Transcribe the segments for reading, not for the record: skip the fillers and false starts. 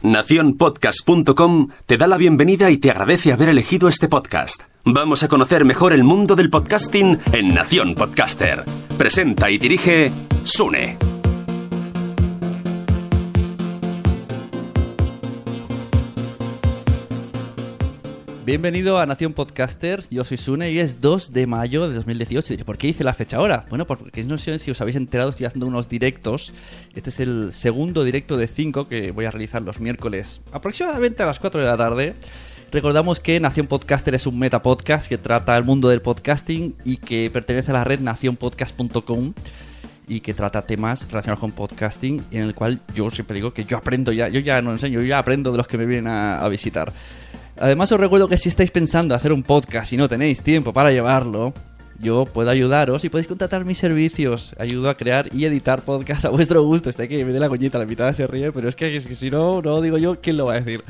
Nacionpodcast.com te da la bienvenida y te agradece haber elegido este podcast. Vamos a conocer mejor el mundo del podcasting en Nación Podcaster. Presenta y dirige Sune. Bienvenido a Nación Podcaster, yo soy Sune y es 2 de mayo de 2018. ¿Por qué hice la fecha ahora? Bueno, porque no sé si os habéis enterado, estoy haciendo unos directos. Este es el segundo directo de 5 que voy a realizar los miércoles, aproximadamente a las 4 de la tarde. Recordamos que Nación Podcaster es un metapodcast que trata el mundo del podcasting y que pertenece a la red nacionpodcast.com y que trata temas relacionados con podcasting, en el cual yo siempre digo que yo aprendo ya, yo ya no enseño, yo ya aprendo de los que me vienen a visitar. Además os recuerdo que si estáis pensando hacer un podcast y no tenéis tiempo para llevarlo, yo puedo ayudaros y podéis contratar mis servicios. Ayudo a crear y editar podcasts a vuestro gusto. Está que me dé la coñita, la mitad se ríe, pero es que si no digo yo, ¿quién lo va a decir?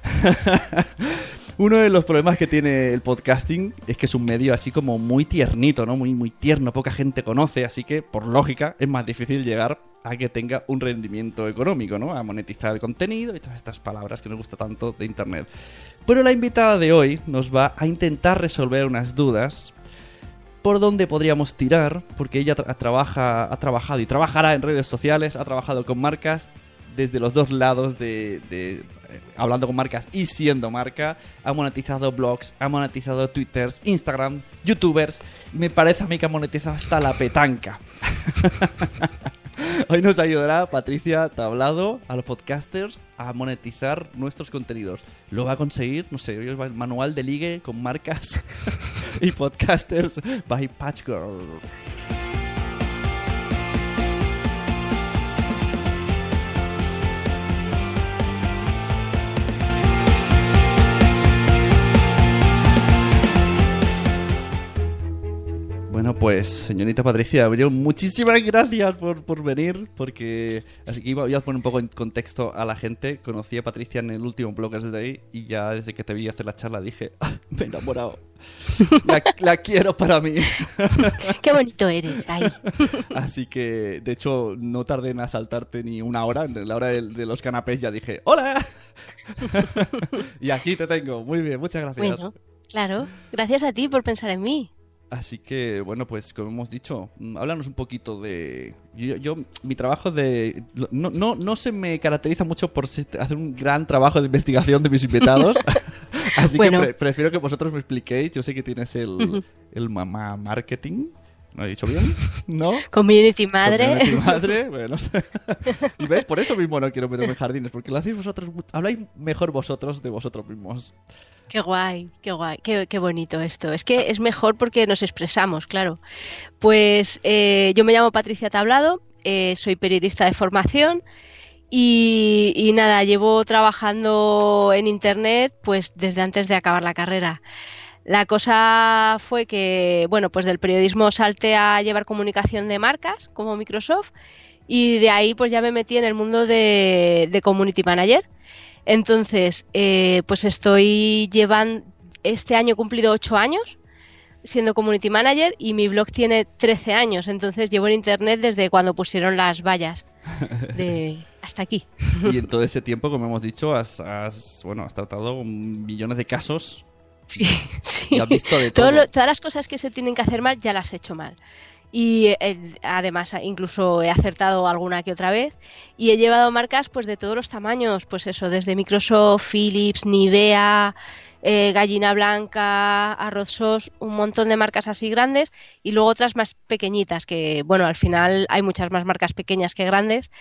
Uno de los problemas que tiene el podcasting es que es un medio así como muy tiernito, ¿no? Muy tierno, poca gente conoce, así que por lógica es más difícil llegar a que tenga un rendimiento económico, ¿no? A monetizar el contenido y todas estas palabras que nos gusta tanto de internet. Pero la invitada de hoy nos va a intentar resolver unas dudas por dónde podríamos tirar, porque ella ha trabajado y trabajará en redes sociales, ha trabajado con marcas desde los dos lados hablando con marcas y siendo marca, ha monetizado blogs, ha monetizado Twitters, Instagram, YouTubers, y me parece a mí que ha monetizado hasta la petanca. Hoy nos ayudará Patricia Tablado, a los podcasters, a monetizar nuestros contenidos. Lo va a conseguir, no sé, hoy va el manual de ligue con marcas y podcasters by Patch Girl. Bueno, pues, señorita Patricia, muchísimas gracias por venir, porque así que voy a poner un poco en contexto a la gente. Conocí a Patricia en el último Bloggers Day y ya desde que te vi hacer la charla dije, me he enamorado, la quiero para mí. Qué bonito eres, ay. Así que, de hecho, no tardé en asaltarte ni una hora, en la hora de los canapés ya dije, ¡hola! Y aquí te tengo, muy bien, muchas gracias. Bueno, claro, gracias a ti por pensar en mí. Así que, bueno, pues como hemos dicho, háblanos un poquito de... Yo mi trabajo no se me caracteriza mucho por hacer un gran trabajo de investigación de mis invitados. Así bueno, que prefiero que vosotros me expliquéis. Yo sé que tienes el mamá marketing. ¿Lo he dicho bien? ¿No? Community madre. Community madre, bueno. Y ves, por eso mismo no quiero meterme en jardines, porque lo hacéis vosotros, habláis mejor vosotros de vosotros mismos. Qué guay, qué bonito esto. Es que es mejor porque nos expresamos, claro. Pues yo me llamo Patricia Tablado, soy periodista de formación y nada, llevo trabajando en internet pues desde antes de acabar la carrera. La cosa fue que, bueno, pues del periodismo salté a llevar comunicación de marcas como Microsoft y de ahí pues ya me metí en el mundo de Community Manager. Entonces, pues estoy llevando, este año he cumplido 8 años siendo Community Manager y mi blog tiene 13 años, entonces llevo en internet desde cuando pusieron las vallas hasta aquí. Y en todo ese tiempo, como hemos dicho, has tratado millones de casos. Sí. Y has visto de todo. Todas las cosas que se tienen que hacer mal, ya las he hecho mal. Y además incluso he acertado alguna que otra vez y he llevado marcas pues de todos los tamaños, pues eso, desde Microsoft, Philips, Nivea, Gallina Blanca, Arroz Sos, un montón de marcas así grandes y luego otras más pequeñitas que, bueno, al final hay muchas más marcas pequeñas que grandes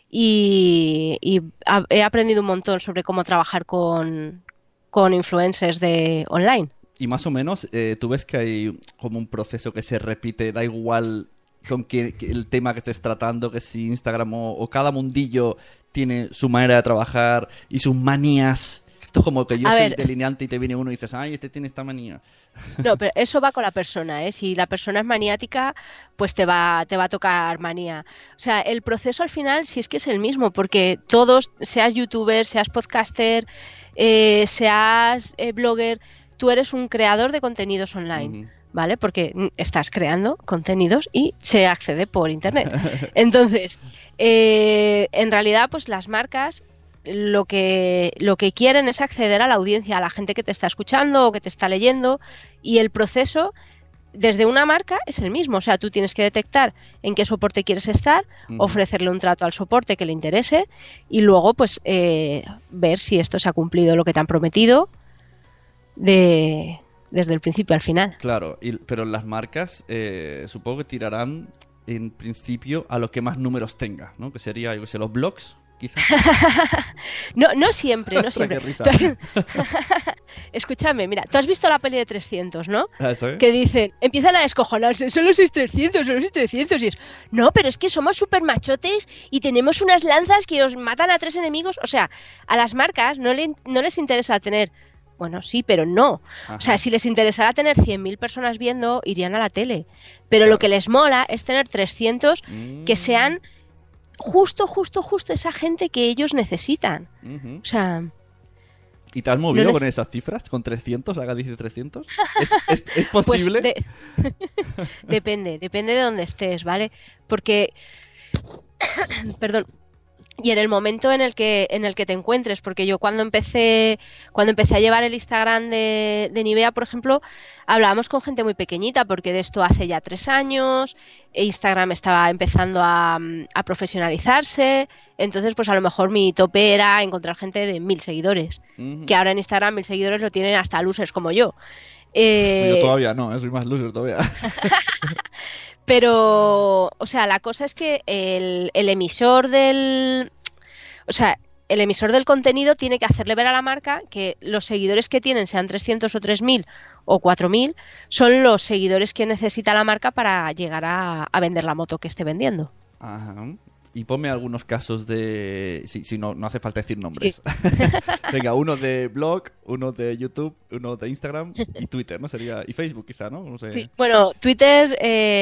y he aprendido un montón sobre cómo trabajar con influencers de online. Y más o menos, tú ves que hay como un proceso que se repite, da igual con el tema que estés tratando, que si Instagram o cada mundillo tiene su manera de trabajar y sus manías. Esto es como que yo soy delineante y te viene uno y dices, ay, este tiene esta manía. No, pero eso va con la persona, ¿eh? Si la persona es maniática, pues te va a tocar manía. O sea, el proceso al final sí es que es el mismo, porque todos, seas youtuber, seas podcaster, seas blogger, tú eres un creador de contenidos online, ¿vale? Porque estás creando contenidos y se accede por internet. Entonces, en realidad, pues las marcas lo que quieren es acceder a la audiencia, a la gente que te está escuchando o que te está leyendo, y el proceso desde una marca es el mismo. O sea, tú tienes que detectar en qué soporte quieres estar, ofrecerle un trato al soporte que le interese y luego pues ver si esto se ha cumplido lo que te han prometido desde el principio al final. Claro, pero las marcas supongo que tirarán en principio a lo que más números tenga, ¿no? Que sería, yo qué sé, los blogs, quizás. No siempre, no siempre. Qué risa. Escúchame, mira, tú has visto la peli de 300, ¿no? ¿Eso es? Que dicen, empiezan a descojonarse, son los 600, son los 600, y es, no, pero es que somos súper machotes y tenemos unas lanzas que os matan a 3 enemigos. O sea, a las marcas no les interesa tener, bueno, sí, pero no. Ajá. O sea, si les interesara tener 100.000 personas viendo, irían a la tele. Pero Claro. lo que les mola es tener 300 que sean justo esa gente que ellos necesitan. Ujú. O sea, ¿Y te has movido no con esas cifras? ¿Con 300? Haga dice 300. ¿Es posible? Pues depende de dónde estés, ¿vale? Porque, perdón, y en el momento en el que te encuentres, porque yo cuando empecé a llevar el Instagram de Nivea, por ejemplo, hablábamos con gente muy pequeñita, porque de esto hace ya 3 años, e Instagram estaba empezando a profesionalizarse, entonces pues a lo mejor mi tope era encontrar gente de 1.000 seguidores, que ahora en Instagram 1.000 seguidores lo tienen hasta losers como yo. Yo todavía no, soy más loser todavía. Pero, o sea, la cosa es que el emisor del contenido tiene que hacerle ver a la marca que los seguidores que tienen, sean 300 o 3.000 o 4.000, son los seguidores que necesita la marca para llegar a vender la moto que esté vendiendo. Ajá. Y ponme algunos casos de... Si no hace falta decir nombres. Sí. Venga, uno de blog, uno de YouTube, uno de Instagram y Twitter, ¿no? Sería... Y Facebook quizá, ¿no? No sé. Sí. Bueno, Twitter,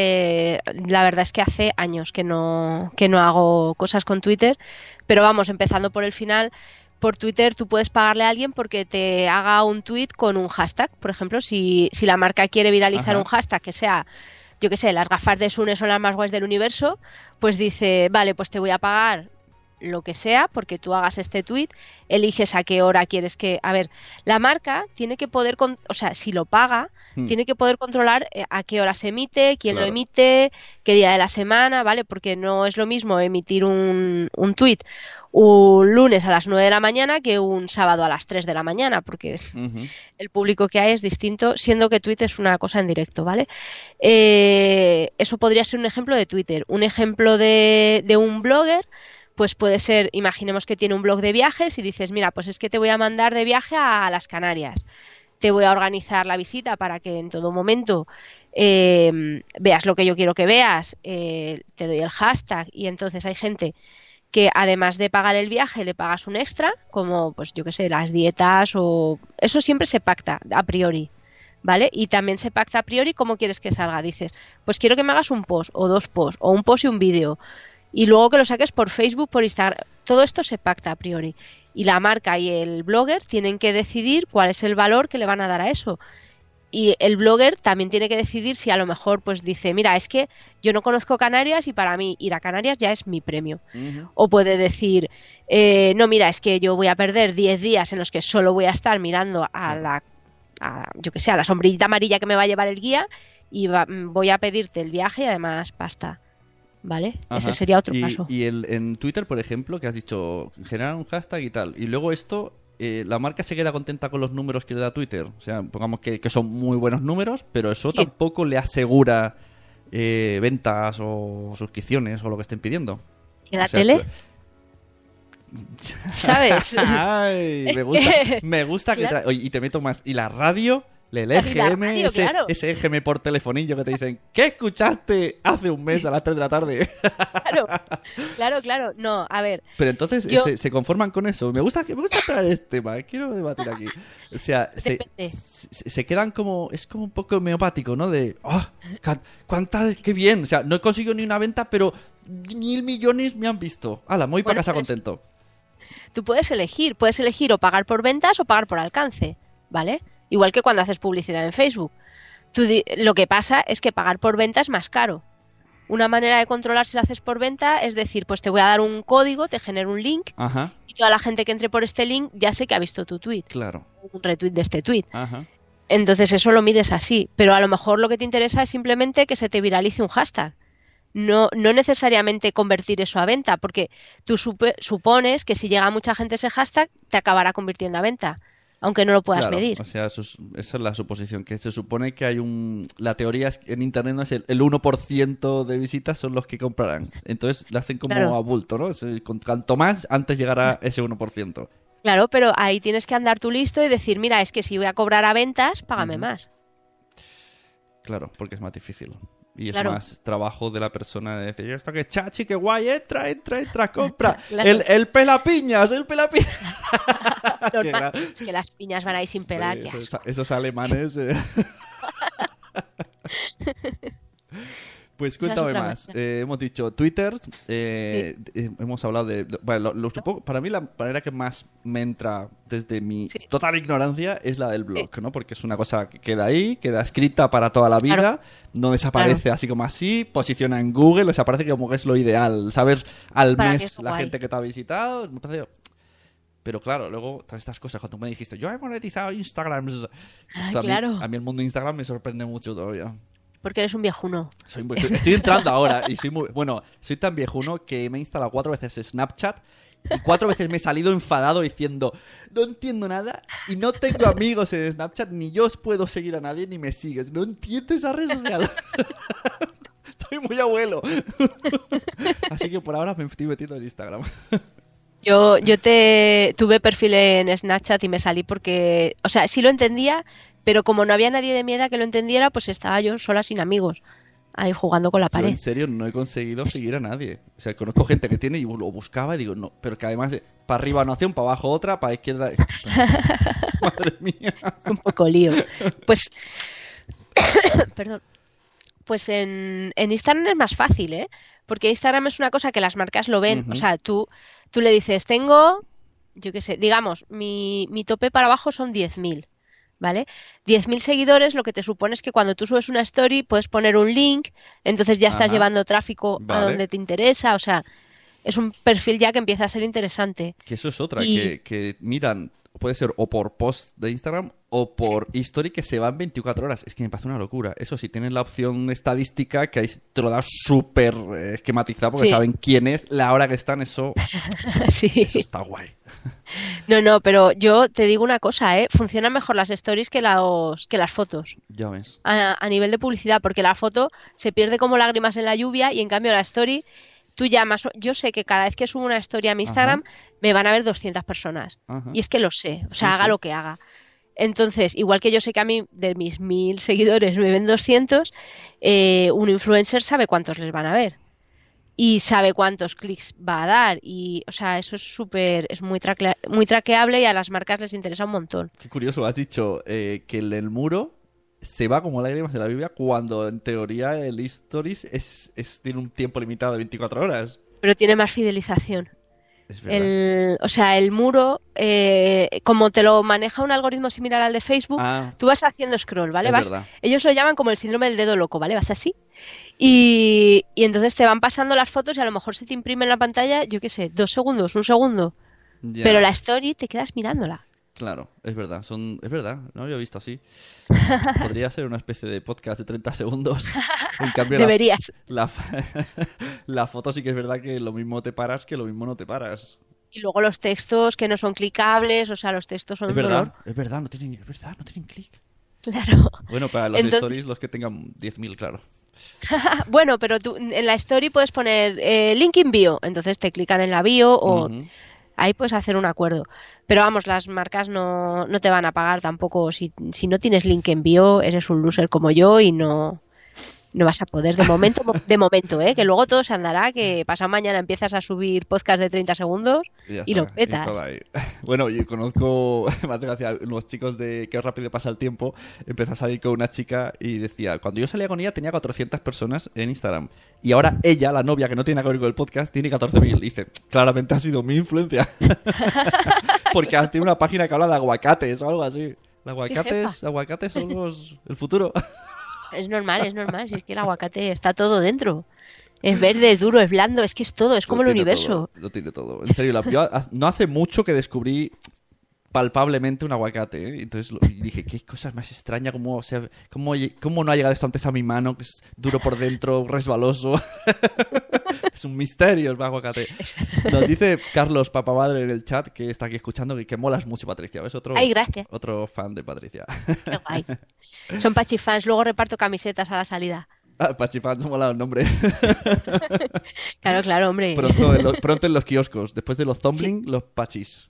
la verdad es que hace años que no hago cosas con Twitter, pero vamos, empezando por el final, por Twitter tú puedes pagarle a alguien porque te haga un tweet con un hashtag. Por ejemplo, si la marca quiere viralizar un hashtag que sea... yo qué sé, las gafas de Sune son las más guays del universo, pues dice, vale, pues te voy a pagar lo que sea porque tú hagas este tweet, eliges a qué hora quieres que... A ver, la marca tiene que poder, o sea, si lo paga, tiene que poder controlar a qué hora se emite, quién lo emite, qué día de la semana, ¿vale? Porque no es lo mismo emitir un tweet un lunes a las 9 de la mañana que un sábado a las 3 de la mañana, porque el público que hay es distinto, siendo que Twitter es una cosa en directo, ¿vale? Eso podría ser un ejemplo de Twitter. Un ejemplo de un blogger, pues puede ser, imaginemos que tiene un blog de viajes y dices, mira, pues es que te voy a mandar de viaje a las Canarias. Te voy a organizar la visita para que en todo momento veas lo que yo quiero que veas, te doy el hashtag y entonces hay gente que además de pagar el viaje le pagas un extra, como pues yo qué sé, las dietas o... Eso siempre se pacta a priori, ¿vale? Y también se pacta a priori cómo quieres que salga. Dices, pues quiero que me hagas un post o 2 posts o un post y un vídeo y luego que lo saques por Facebook, por Instagram. Todo esto se pacta a priori. Y la marca y el blogger tienen que decidir cuál es el valor que le van a dar a eso. Y el blogger también tiene que decidir si a lo mejor pues dice, mira, es que yo no conozco Canarias y para mí ir a Canarias ya es mi premio. O puede decir, no, mira, es que yo voy a perder 10 días en los que solo voy a estar mirando yo que sé, a la sombrillita amarilla que me va a llevar el guía y voy a pedirte el viaje y además pasta. ¿Vale? Ajá. Ese sería otro caso. Y en Twitter, por ejemplo, que has dicho, generar un hashtag y tal. Y luego esto... la marca se queda contenta con los números que le da Twitter. O sea, pongamos que son muy buenos números, pero eso tampoco le asegura ventas o suscripciones o lo que estén pidiendo. ¿Y la tele? ¿Sabes? Ay, me gusta que... Claro. Y te meto más. ¿Y la radio? El EGM, claro. ese EGM por telefonillo que te dicen, ¿qué escuchaste hace un mes a las 3 de la tarde? Claro. No, a ver. Pero entonces se conforman con eso. Me gusta traer este tema, quiero debatir aquí. O sea, se quedan como... Es como un poco homeopático, ¿no? De, ¡qué bien! O sea, no he conseguido ni una venta, pero 1.000 millones me han visto. ¡Hala, me voy para casa contento! Tú puedes elegir o pagar por ventas o pagar por alcance, ¿vale? Igual que cuando haces publicidad en Facebook. Lo que pasa es que pagar por venta es más caro. Una manera de controlar si lo haces por venta es decir, pues te voy a dar un código, te genero un link y toda la gente que entre por este link ya sé que ha visto tu tweet. Claro. Un retweet de este tweet. Ajá. Entonces eso lo mides así, pero a lo mejor lo que te interesa es simplemente que se te viralice un hashtag. No necesariamente convertir eso a venta, porque tú supones que si llega mucha gente ese hashtag, te acabará convirtiendo a venta, aunque no lo puedas Claro, medir. o sea, esa es la suposición, que se supone que hay la teoría es que en internet no es el 1% de visitas son los que comprarán. Entonces le hacen como Claro. a bulto, ¿no? Cuanto más, antes llegará ese 1%. Claro, pero ahí tienes que andar tú listo y decir, mira, es que si voy a cobrar a ventas, págame más. Claro, porque es más difícil. Y es Claro. más trabajo de la persona de decir, esto que chachi, qué guay, entra, compra. Claro. El pelapiñas. Normal. Que Es que las piñas van ahí sin pelar. ya. esos alemanes. Pues cuéntame otra más. manera. Hemos dicho Twitter, hemos hablado bueno, supongo, para mí la manera que más me entra desde mi Sí. total ignorancia es la del blog, ¿no? Porque es una cosa que queda ahí, queda escrita para toda la vida, Claro. no desaparece así como así, posiciona en Google, o sea, parece como que es lo ideal, saber al Para mí mes es la guay. gente que te ha visitado, me parece... Pero claro, luego todas estas cosas, cuando tú me dijiste, yo he monetizado Instagram, esto claro. a mí el mundo de Instagram me sorprende mucho todavía. Porque eres un viejuno. Estoy entrando ahora y soy tan viejuno que me he instalado 4 veces Snapchat y 4 veces me he salido enfadado diciendo no entiendo nada y no tengo amigos en Snapchat, ni yo os puedo seguir a nadie ni me sigues. No entiendo esa red social. Estoy muy abuelo. Así que por ahora me estoy metiendo en Instagram. Yo tuve perfil en Snapchat y me salí porque, o sea, sí lo entendía, pero como no había nadie de mi edad que lo entendiera, pues estaba yo sola sin amigos, ahí jugando con la Yo pared. en serio no he conseguido seguir a nadie. O sea, conozco gente que tiene y lo buscaba y digo, no, pero que además para arriba una opción, para abajo otra, para izquierda... Madre mía. Es un poco lío. Pues, perdón. Pues en Instagram es más fácil, ¿eh? Porque Instagram es una cosa que las marcas lo ven. Ujú. O sea, tú le dices, tengo, yo qué sé, digamos, mi tope para abajo son 10.000, ¿vale? 10.000 seguidores, lo que te supone es que cuando tú subes una story puedes poner un link, entonces ya estás Ajá. llevando tráfico a Vale. donde te interesa. O sea, es un perfil ya que empieza a ser interesante. Que eso es otra, Y- que miran, puede ser o por post de Instagram o por history que se van 24 horas. Es que me parece una locura. Eso sí, tienen la opción estadística que ahí te lo da súper esquematizado porque Sí. saben quién es, la hora que están, eso Sí. está guay. No, pero yo te digo una cosa, ¿eh? Funcionan mejor las stories que las fotos. Ya ves. A nivel de publicidad, porque la foto se pierde como lágrimas en la lluvia y en cambio la story, tú llamas, yo sé que cada vez que subo una story a mi Instagram me van a ver 200 personas. Ajá. Y es que lo sé, o sea, Sí, haga sí. lo que haga. Entonces, igual que yo sé que a mí de mis 1.000 seguidores me ven 200, un influencer sabe cuántos les van a ver. Y sabe cuántos clics va a dar. Y, o sea, eso es muy traqueable y a las marcas les interesa un montón. Qué curioso, has dicho que el muro se va como lágrimas en la Biblia cuando en teoría el stories tiene un tiempo limitado de 24 horas. Pero tiene más fidelización. Es verdad. O sea, el muro, como te lo maneja un algoritmo similar al de Facebook, Ah, tú vas haciendo scroll, ¿vale? es verdad. Ellos lo llaman como el síndrome del dedo loco, ¿vale? Vas así. Y entonces te van pasando las fotos y a lo mejor se te imprime en la pantalla, yo qué sé, 2 segundos, 1 segundo. Ya. Pero la story te quedas mirándola. Claro, es verdad, es verdad, no lo había visto así. Podría ser una especie de podcast de 30 segundos. En cambio, Deberías. la foto sí que es verdad que lo mismo te paras que lo mismo no te paras. Y luego los textos que no son clicables, o sea, los textos son Es un dolor. verdad, no tienen clic. Claro. Bueno, para los Entonces- stories, los que tengan 10.000, claro. Bueno, pero tú en la story puedes poner link in bio, entonces te clican en la bio o Ujú. ahí puedes hacer un acuerdo. Pero vamos, las marcas no te van a pagar tampoco. Si no tienes link en bio, eres un loser como yo y no vas a poder de momento, que luego todo se andará, que pasado mañana empiezas a subir podcast de 30 segundos Ya y lo está, petas. todo ahí. Bueno, yo conozco, me hace gracia, unos chicos de Qué rápido pasa el tiempo. Empezó a salir con una chica y decía, cuando yo salía con ella tenía 400 personas en Instagram. Y ahora ella, la novia, que no tiene nada que ver con el podcast, tiene 14.000. Y dice, claramente ha sido mi influencia. Porque tiene una página que habla de aguacates o algo así. Los aguacates son el futuro. Es normal, si es que el aguacate está todo dentro. Es verde, es duro, es blando, es que es todo, es como el universo. Lo tiene todo. En serio, yo no hace mucho que descubrí palpablemente un aguacate, ¿eh? Entonces dije, qué cosas más extrañas, cómo no ha llegado esto antes a mi mano, que es duro por dentro, resbaloso. Es un misterio el aguacate. Nos dice Carlos Papamadre en el chat, que está aquí escuchando, que molas mucho, Patricia. ¿Ves? Ay, gracias. Otro fan de Patricia. Qué guay. Son pachifans, luego reparto camisetas a la salida. Ah, Pachifans, mola el nombre. Claro, hombre. Pronto en los kioscos. Después de los Thumbling, los Pachis.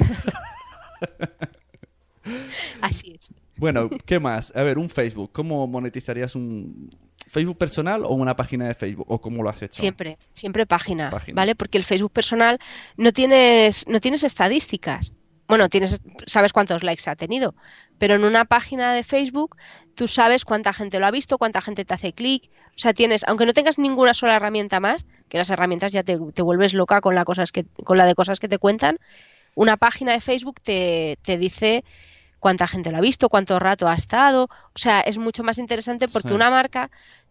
Así es. Bueno, ¿qué más? A ver, un Facebook. ¿Cómo monetizarías un Facebook personal o una página de Facebook? ¿O cómo lo has hecho? Siempre página, ¿vale? Porque el Facebook personal no tienes estadísticas. Bueno, sabes cuántos likes ha tenido, pero en una página de Facebook tú sabes cuánta gente lo ha visto, cuánta gente te hace clic. O sea, aunque no tengas ninguna sola herramienta más, que las herramientas ya te vuelves loca con la de cosas que te cuentan, una página de Facebook te dice cuánta gente lo ha visto, cuánto rato ha estado. O sea, es mucho más interesante porque una marca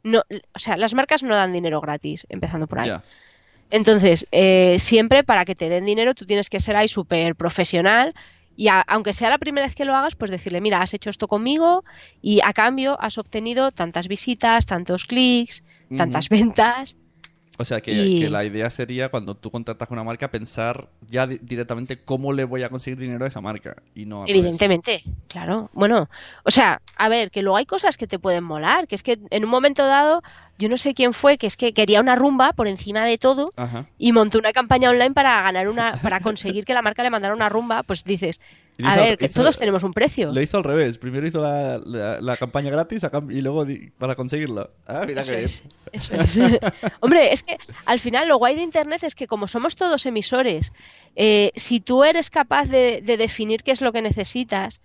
las marcas no dan dinero gratis, empezando por ahí. Yeah. Entonces, siempre para que te den dinero tú tienes que ser ahí súper profesional y aunque sea la primera vez que lo hagas, pues decirle, mira, has hecho esto conmigo y a cambio has obtenido tantas visitas, tantos clics, tantas ventas. O sea, que la idea sería, cuando tú contactas con una marca, pensar ya directamente cómo le voy a conseguir dinero a esa marca. Y no Evidentemente, claro. Bueno, o sea, a ver, que luego hay cosas que te pueden molar, que es que en un momento dado, yo no sé quién fue, que es que quería una rumba por encima de todo. Ajá. Y montó una campaña online para conseguir que la marca le mandara una rumba. Pues dices, que todos tenemos un precio. Lo hizo al revés. Primero hizo la campaña gratis y luego para conseguirlo. Ah, mira eso qué es. Hombre, es que al final lo guay de Internet es que como somos todos emisores, si tú eres capaz de definir qué es lo que necesitas,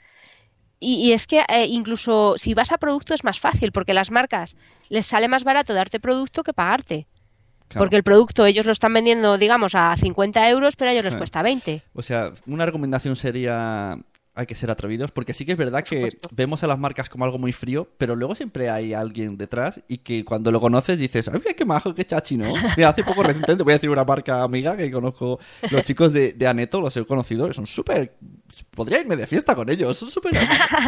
y es que incluso si vas a producto es más fácil, porque las marcas les sale más barato darte producto que pagarte. Claro. Porque el producto ellos lo están vendiendo, digamos, a 50 euros, pero a ellos les cuesta 20. O sea, una recomendación sería... Hay que ser atrevidos, porque sí que es verdad que vemos a las marcas como algo muy frío, pero luego siempre hay alguien detrás y que cuando lo conoces dices, ¡ay, qué majo, qué chachi!, ¿no? Mira, hace poco recientemente voy a decir una marca amiga que conozco, los chicos de Aneto, los he conocido, son súper... Podría irme de fiesta con ellos, son súper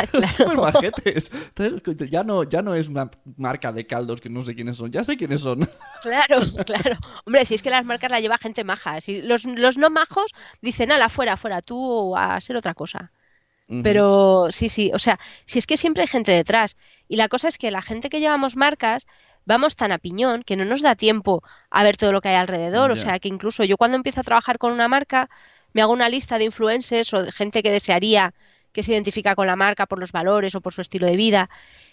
majetes. Entonces, ya no es una marca de caldos que no sé quiénes son, ya sé quiénes son. Claro. Hombre, si es que las marcas las lleva gente maja. Si los no majos dicen, ala, fuera, tú a ser otra cosa. Pero sí, o sea, si es que siempre hay gente detrás y la cosa es que la gente que llevamos marcas vamos tan a piñón que no nos da tiempo a ver todo lo que hay alrededor, o sea, que incluso yo cuando empiezo a trabajar con una marca me hago una lista de influencers o de gente que desearía que se identifica con la marca por los valores o por su estilo de vida,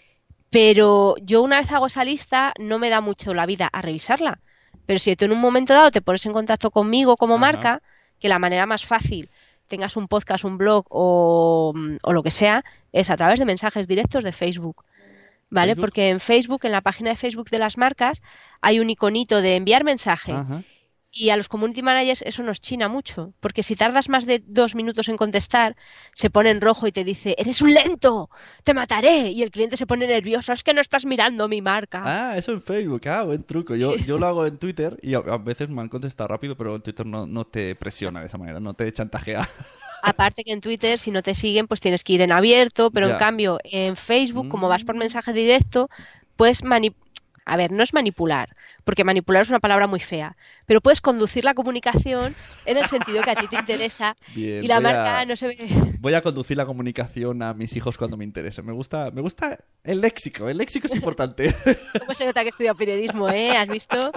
pero yo una vez hago esa lista no me da mucho la vida a revisarla, pero si tú en un momento dado te pones en contacto conmigo como marca, que la manera más fácil, tengas un podcast, un blog o lo que sea, es a través de mensajes directos de Facebook, ¿vale? Porque en Facebook, en la página de Facebook de las marcas, hay un iconito de enviar mensaje. Ajá. Y a los community managers eso nos china mucho, porque si tardas más de 2 minutos en contestar, se pone en rojo y te dice, ¡eres un lento! ¡Te mataré! Y el cliente se pone nervioso, es que no estás mirando mi marca. Ah, eso en Facebook, buen truco. Sí. Yo lo hago en Twitter y a veces me han contestado rápido, pero en Twitter no te presiona de esa manera, no te chantajea. Aparte que en Twitter, si no te siguen, pues tienes que ir en abierto, pero en cambio en Facebook, como vas por mensaje directo, puedes a ver, no es manipular, porque manipular es una palabra muy fea, pero puedes conducir la comunicación en el sentido que a ti te interesa. Bien, y la marca no se ve. Voy a conducir la comunicación a mis hijos cuando me interese. Me gusta el léxico es importante. ¿Cómo se nota que he estudiado periodismo, ¿Has visto?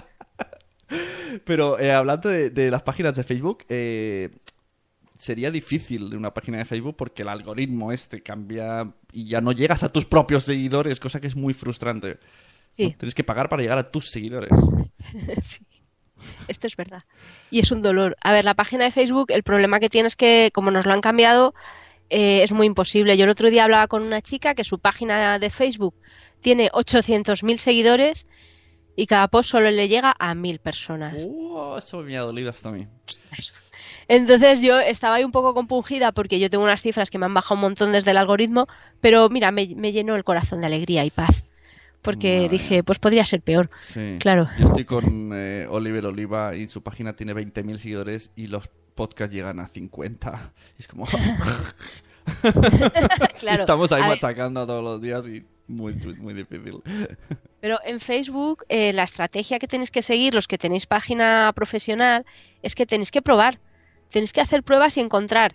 Pero hablando de las páginas de Facebook, sería difícil una página de Facebook porque el algoritmo cambia y ya no llegas a tus propios seguidores, cosa que es muy frustrante. Sí. ¿No? Tienes que pagar para llegar a tus seguidores. Sí, esto es verdad. Y es un dolor. A ver, la página de Facebook, el problema que tiene es que, como nos lo han cambiado, es muy imposible. Yo el otro día hablaba con una chica que su página de Facebook tiene 800.000 seguidores y cada post solo le llega a 1.000 personas. Eso me ha dolido hasta a mí. Entonces yo estaba ahí un poco compungida porque yo tengo unas cifras que me han bajado un montón desde el algoritmo, pero mira, me llenó el corazón de alegría y paz. porque dije, pues podría ser peor. Sí. Claro. Yo estoy con Oliver Oliva y su página tiene 20.000 seguidores y los podcasts llegan a 50. Y es como... Claro. Estamos ahí machacando todos los días y muy, muy difícil. Pero en Facebook la estrategia que tenéis que seguir, los que tenéis página profesional, es que tenéis que probar. Tenéis que hacer pruebas y encontrar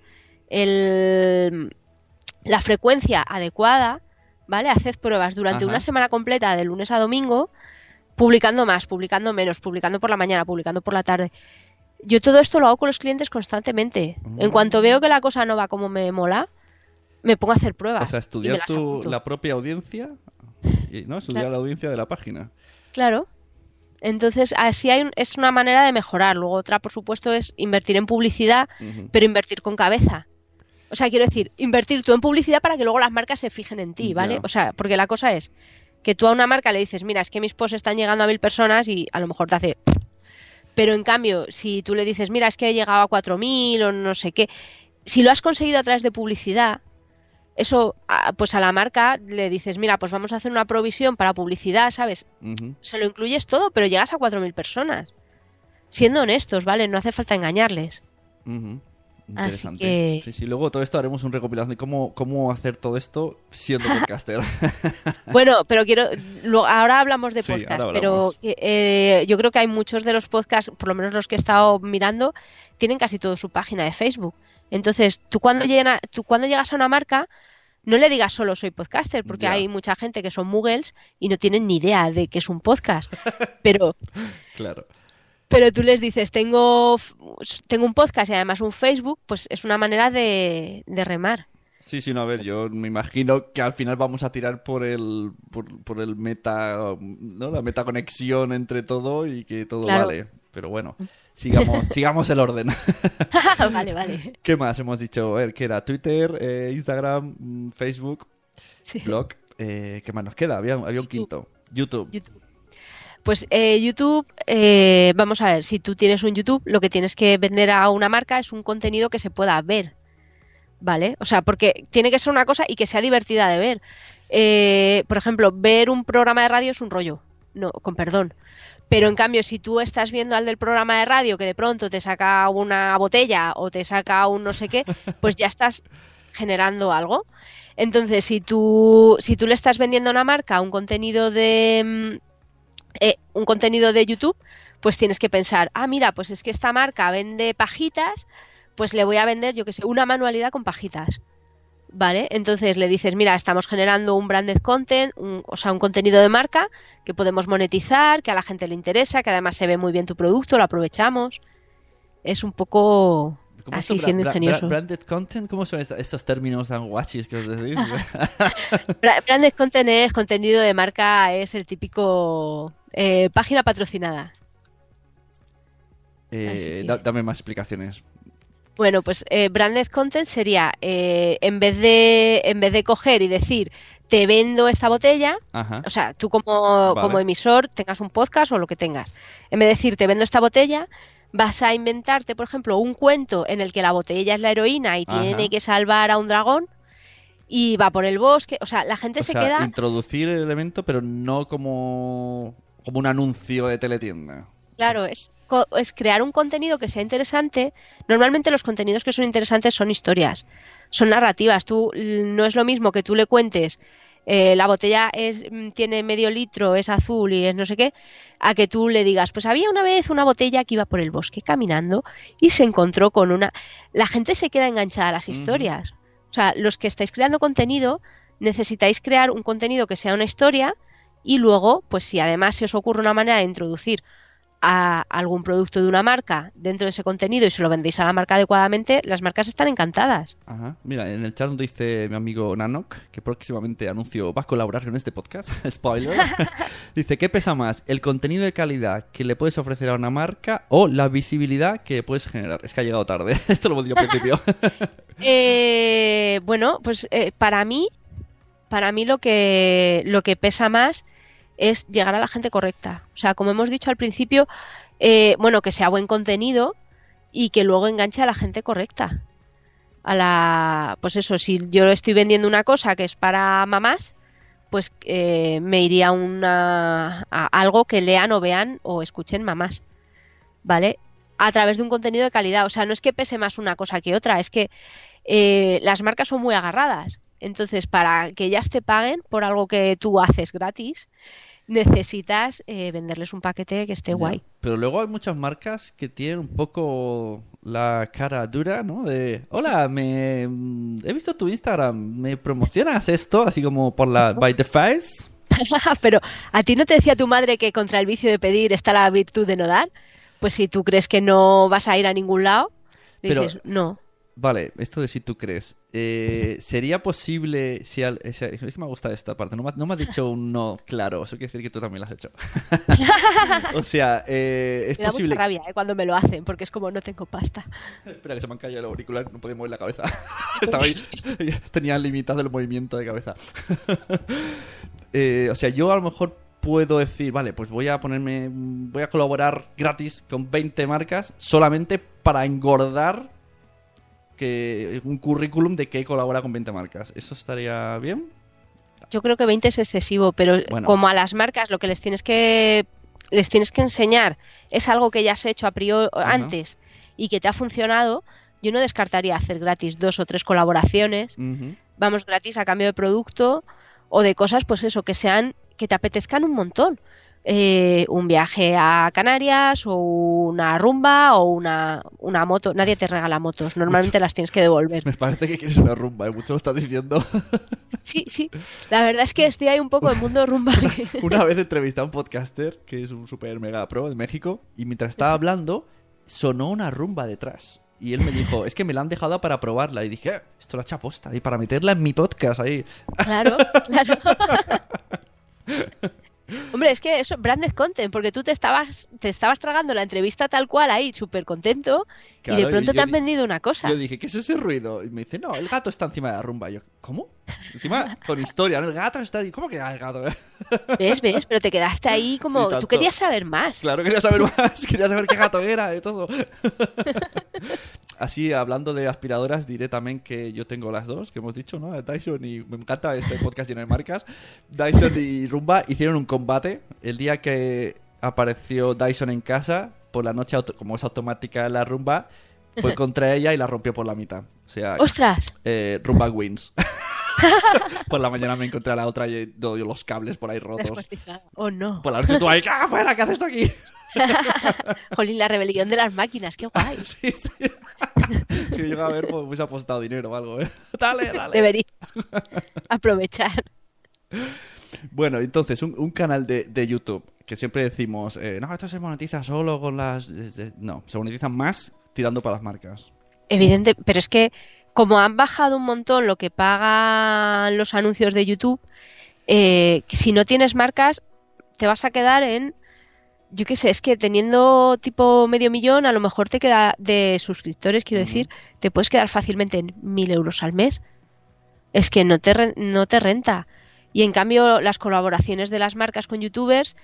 la frecuencia adecuada, ¿vale? Haced pruebas durante una semana completa, de lunes a domingo, publicando más, publicando menos, publicando por la mañana, publicando por la tarde. Yo todo esto lo hago con los clientes constantemente. En cuanto veo que la cosa no va como me mola, me pongo a hacer pruebas. O sea, estudiar la propia audiencia, ¿no? Estudiar la audiencia de la página. Claro. Entonces, así es una manera de mejorar. Luego otra, por supuesto, es invertir en publicidad, pero invertir con cabeza. O sea, quiero decir, invertir tú en publicidad para que luego las marcas se fijen en ti, ¿vale? O sea, porque la cosa es que tú a una marca le dices, mira, es que mis posts están llegando a 1000 personas y a lo mejor te hace... Pero en cambio, si tú le dices, mira, es que he llegado a 4000 o no sé qué, si lo has conseguido a través de publicidad, eso, pues a la marca le dices, mira, pues vamos a hacer una provisión para publicidad, ¿sabes? Se lo incluyes todo, pero llegas a 4000 personas. Siendo honestos, ¿vale? No hace falta engañarles. Interesante. Sí, luego todo esto haremos un recopilación de cómo hacer todo esto siendo podcaster. Bueno, pero ahora hablamos de podcast, pero yo creo que hay muchos de los podcasts, por lo menos los que he estado mirando, tienen casi todo su página de Facebook. Entonces, tú cuando llegas a una marca, no le digas solo soy podcaster, porque hay mucha gente que son muggles y no tienen ni idea de que es un podcast. Pero claro. Pero tú les dices, tengo un podcast y además un Facebook, pues es una manera de remar. Sí, no, a ver, yo me imagino que al final vamos a tirar por el meta, ¿no? La metaconexión entre todo y que todo vale. Pero bueno, sigamos el orden. Vale. ¿Qué más hemos dicho? A ver, ¿qué era? Twitter, Instagram, Facebook, blog. ¿Qué más nos queda? Había un quinto. YouTube. Pues YouTube, vamos a ver, si tú tienes un YouTube, lo que tienes que vender a una marca es un contenido que se pueda ver, ¿vale? O sea, porque tiene que ser una cosa y que sea divertida de ver. Por ejemplo, ver un programa de radio es un rollo, no, con perdón. Pero en cambio, si tú estás viendo al del programa de radio que de pronto te saca una botella o te saca un no sé qué, pues ya estás generando algo. Entonces, si tú le estás vendiendo a una marca un contenido de YouTube, pues tienes que pensar, mira, pues es que esta marca vende pajitas, pues le voy a vender, yo qué sé, una manualidad con pajitas, ¿vale? Entonces le dices, mira, estamos generando un branded content, o sea, un contenido de marca que podemos monetizar, que a la gente le interesa, que además se ve muy bien tu producto, lo aprovechamos. Es un poco así, siendo ingeniosos. ¿Branded content? ¿Cómo son estos términos tan guachis que os decís? Branded content es contenido de marca, es el típico... página patrocinada. Dame más explicaciones. Bueno, pues branded content sería en vez de coger y decir te vendo esta botella, o sea, tú como emisor tengas un podcast o lo que tengas, en vez de decir te vendo esta botella, vas a inventarte, por ejemplo, un cuento en el que la botella es la heroína y tiene que salvar a un dragón y va por el bosque, o sea, la gente se queda... introducir el elemento, pero no como un anuncio de teletienda. Claro, es crear un contenido que sea interesante. Normalmente los contenidos que son interesantes son historias, son narrativas. No es lo mismo que tú le cuentes la botella tiene medio litro, es azul y es no sé qué, a que tú le digas, pues había una vez una botella que iba por el bosque caminando y se encontró con una... La gente se queda enganchada a las historias. O sea, los que estáis creando contenido, necesitáis crear un contenido que sea una historia y luego, pues si además se os ocurre una manera de introducir a algún producto de una marca dentro de ese contenido y se lo vendéis a la marca adecuadamente, las marcas están encantadas. Mira, en el chat nos dice mi amigo Nanok que próximamente va a colaborar con este podcast. Spoiler. Dice, ¿qué pesa más? ¿El contenido de calidad que le puedes ofrecer a una marca o la visibilidad que puedes generar? Es que ha llegado tarde. Esto lo hemos dicho al principio. Bueno, pues para mí lo que pesa más es llegar a la gente correcta. O sea, como hemos dicho al principio, que sea buen contenido y que luego enganche a la gente correcta. Pues eso, si yo estoy vendiendo una cosa que es para mamás, pues me iría a algo que lean o vean o escuchen mamás, ¿vale? A través de un contenido de calidad. O sea, no es que pese más una cosa que otra, es que las marcas son muy agarradas. Entonces, para que ellas te paguen por algo que tú haces gratis, necesitas venderles un paquete que esté guay. Pero luego hay muchas marcas que tienen un poco la cara dura, ¿no? De, hola, he visto tu Instagram, ¿me promocionas esto? Así como por la by the face. Pero, ¿a ti no te decía tu madre que contra el vicio de pedir está la virtud de no dar? Pues si tú crees que no vas a ir a ningún lado, dices, no. Vale, esto de si tú crees. ¿Sería posible si es que me gusta esta parte? No me has dicho un no claro. Eso quiere decir que tú también lo has hecho. O sea, es me da posible... mucha rabia cuando me lo hacen, porque es como no tengo pasta. Espera, que se me han caído el auricular. No podía mover la cabeza. Estaba ahí, tenía limitado el movimiento de cabeza. O sea, yo a lo mejor puedo decir, vale, pues voy a colaborar gratis con 20 marcas solamente para engordar un currículum de que colabora con 20 marcas. ¿Eso estaría bien? Yo creo que 20 es excesivo, pero bueno, como a las marcas lo que les tienes que enseñar es algo que ya has hecho a priori antes y que te ha funcionado, yo no descartaría hacer gratis 2 o 3 colaboraciones, vamos, gratis a cambio de producto o de cosas, pues eso, que te apetezcan un montón. Un viaje a Canarias o una rumba o una moto. Nadie te regala motos, normalmente las tienes que devolver. Me parece que quieres una rumba, mucho lo estás diciendo. Sí, la verdad es que estoy ahí un poco en mundo rumba. Una vez entrevisté a un podcaster que es un super mega pro de México y mientras estaba hablando sonó una rumba detrás. Y él me dijo, es que me la han dejado para probarla. Y dije, esto la echa posta y para meterla en mi podcast ahí. Claro. Hombre, es que eso, branded content, porque tú te estabas tragando la entrevista tal cual ahí, súper contento, claro, y de pronto te han vendido una cosa. Yo dije, ¿qué es ese ruido? Y me dice, no, el gato está encima de la rumba. Y yo, ¿cómo? Encima, con historia, ¿no? El gato está ahí. ¿Cómo que el gato? ¿Ves? Pero te quedaste ahí como... Sí, tú querías saber más. Claro, quería saber más. Quería saber qué gato era, de todo. Así, hablando de aspiradoras, diré también que yo tengo las dos, que hemos dicho, ¿no? Dyson y... Me encanta este podcast lleno de marcas. Dyson y Rumba hicieron un combate. El día que apareció Dyson en casa, por la noche, como es automática la Rumba, fue contra ella y la rompió por la mitad. O sea... ¡Ostras! Rumba wins. Por la mañana me encontré a la otra y los cables por ahí rotos. ¡Oh, no! Por la noche tú ahí, ¡afuera! ¿Qué haces tú aquí? Jolín, la rebelión de las máquinas, qué guay. Sí. Si yo llegaba a ver, pues hubiese apostado dinero o algo, ¿eh? Dale. Deberías aprovechar. Bueno, entonces, un canal de YouTube, que siempre decimos, no, esto se monetiza solo con las... No, se monetizan más tirando para las marcas. Evidente, pero es que como han bajado un montón lo que pagan los anuncios de YouTube, si no tienes marcas, te vas a quedar en... Yo qué sé, es que teniendo tipo 500.000, a lo mejor te queda de suscriptores, quiero decir, te puedes quedar fácilmente en 1.000 euros al mes. Es que no te renta. Y en cambio, las colaboraciones de las marcas con youtubers,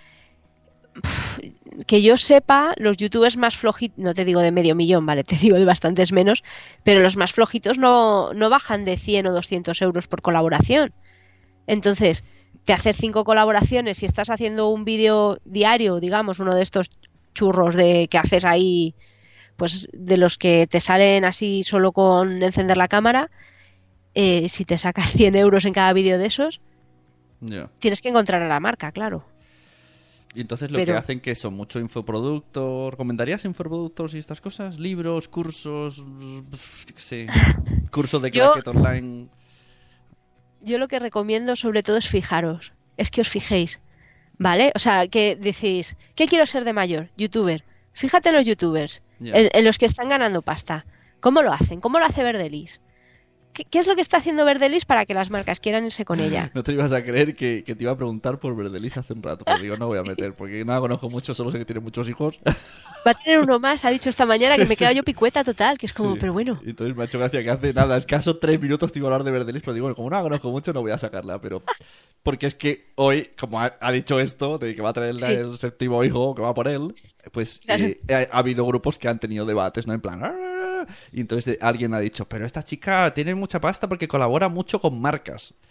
que yo sepa, los youtubers más flojitos, no te digo de 500.000, vale, te digo de bastantes menos, pero los más flojitos no bajan de 100 o 200 euros por colaboración. Entonces, te haces 5 colaboraciones y estás haciendo un vídeo diario, digamos, uno de estos churros que haces ahí, pues de los que te salen así solo con encender la cámara, si te sacas 100 euros en cada vídeo de esos, tienes que encontrar a la marca, claro. Y entonces lo que hacen que son mucho infoproductos. ¿Recomendarías infoproductos y estas cosas? ¿Libros, cursos? Yo qué sé, cursos de claquet online. Yo lo que recomiendo sobre todo es fijaros. Es que os fijéis, ¿vale? O sea, que decís, ¿qué quiero ser de mayor? Youtuber. Fíjate en los youtubers, en los que están ganando pasta. ¿Cómo lo hacen? ¿Cómo lo hace Verdelis? ¿Qué es lo que está haciendo Verdelis para que las marcas quieran irse con ella? No te ibas a creer que te iba a preguntar por Verdelis hace un rato, pero digo, no voy a meter, porque no la conozco mucho, solo sé que tiene muchos hijos. Va a tener uno más, ha dicho esta mañana, que me he quedado yo picueta total, que es como, pero bueno. Y entonces me ha hecho gracia que hace nada, escaso 3 minutos te iba a hablar de Verdelis, pero digo, bueno, como no la conozco mucho, no voy a sacarla, pero... Porque es que hoy, como ha dicho esto, de que va a traer el séptimo hijo, que va por él, pues claro. Ha habido grupos que han tenido debates, ¿no? En plan... Y entonces alguien ha dicho, pero esta chica tiene mucha pasta porque colabora mucho con marcas.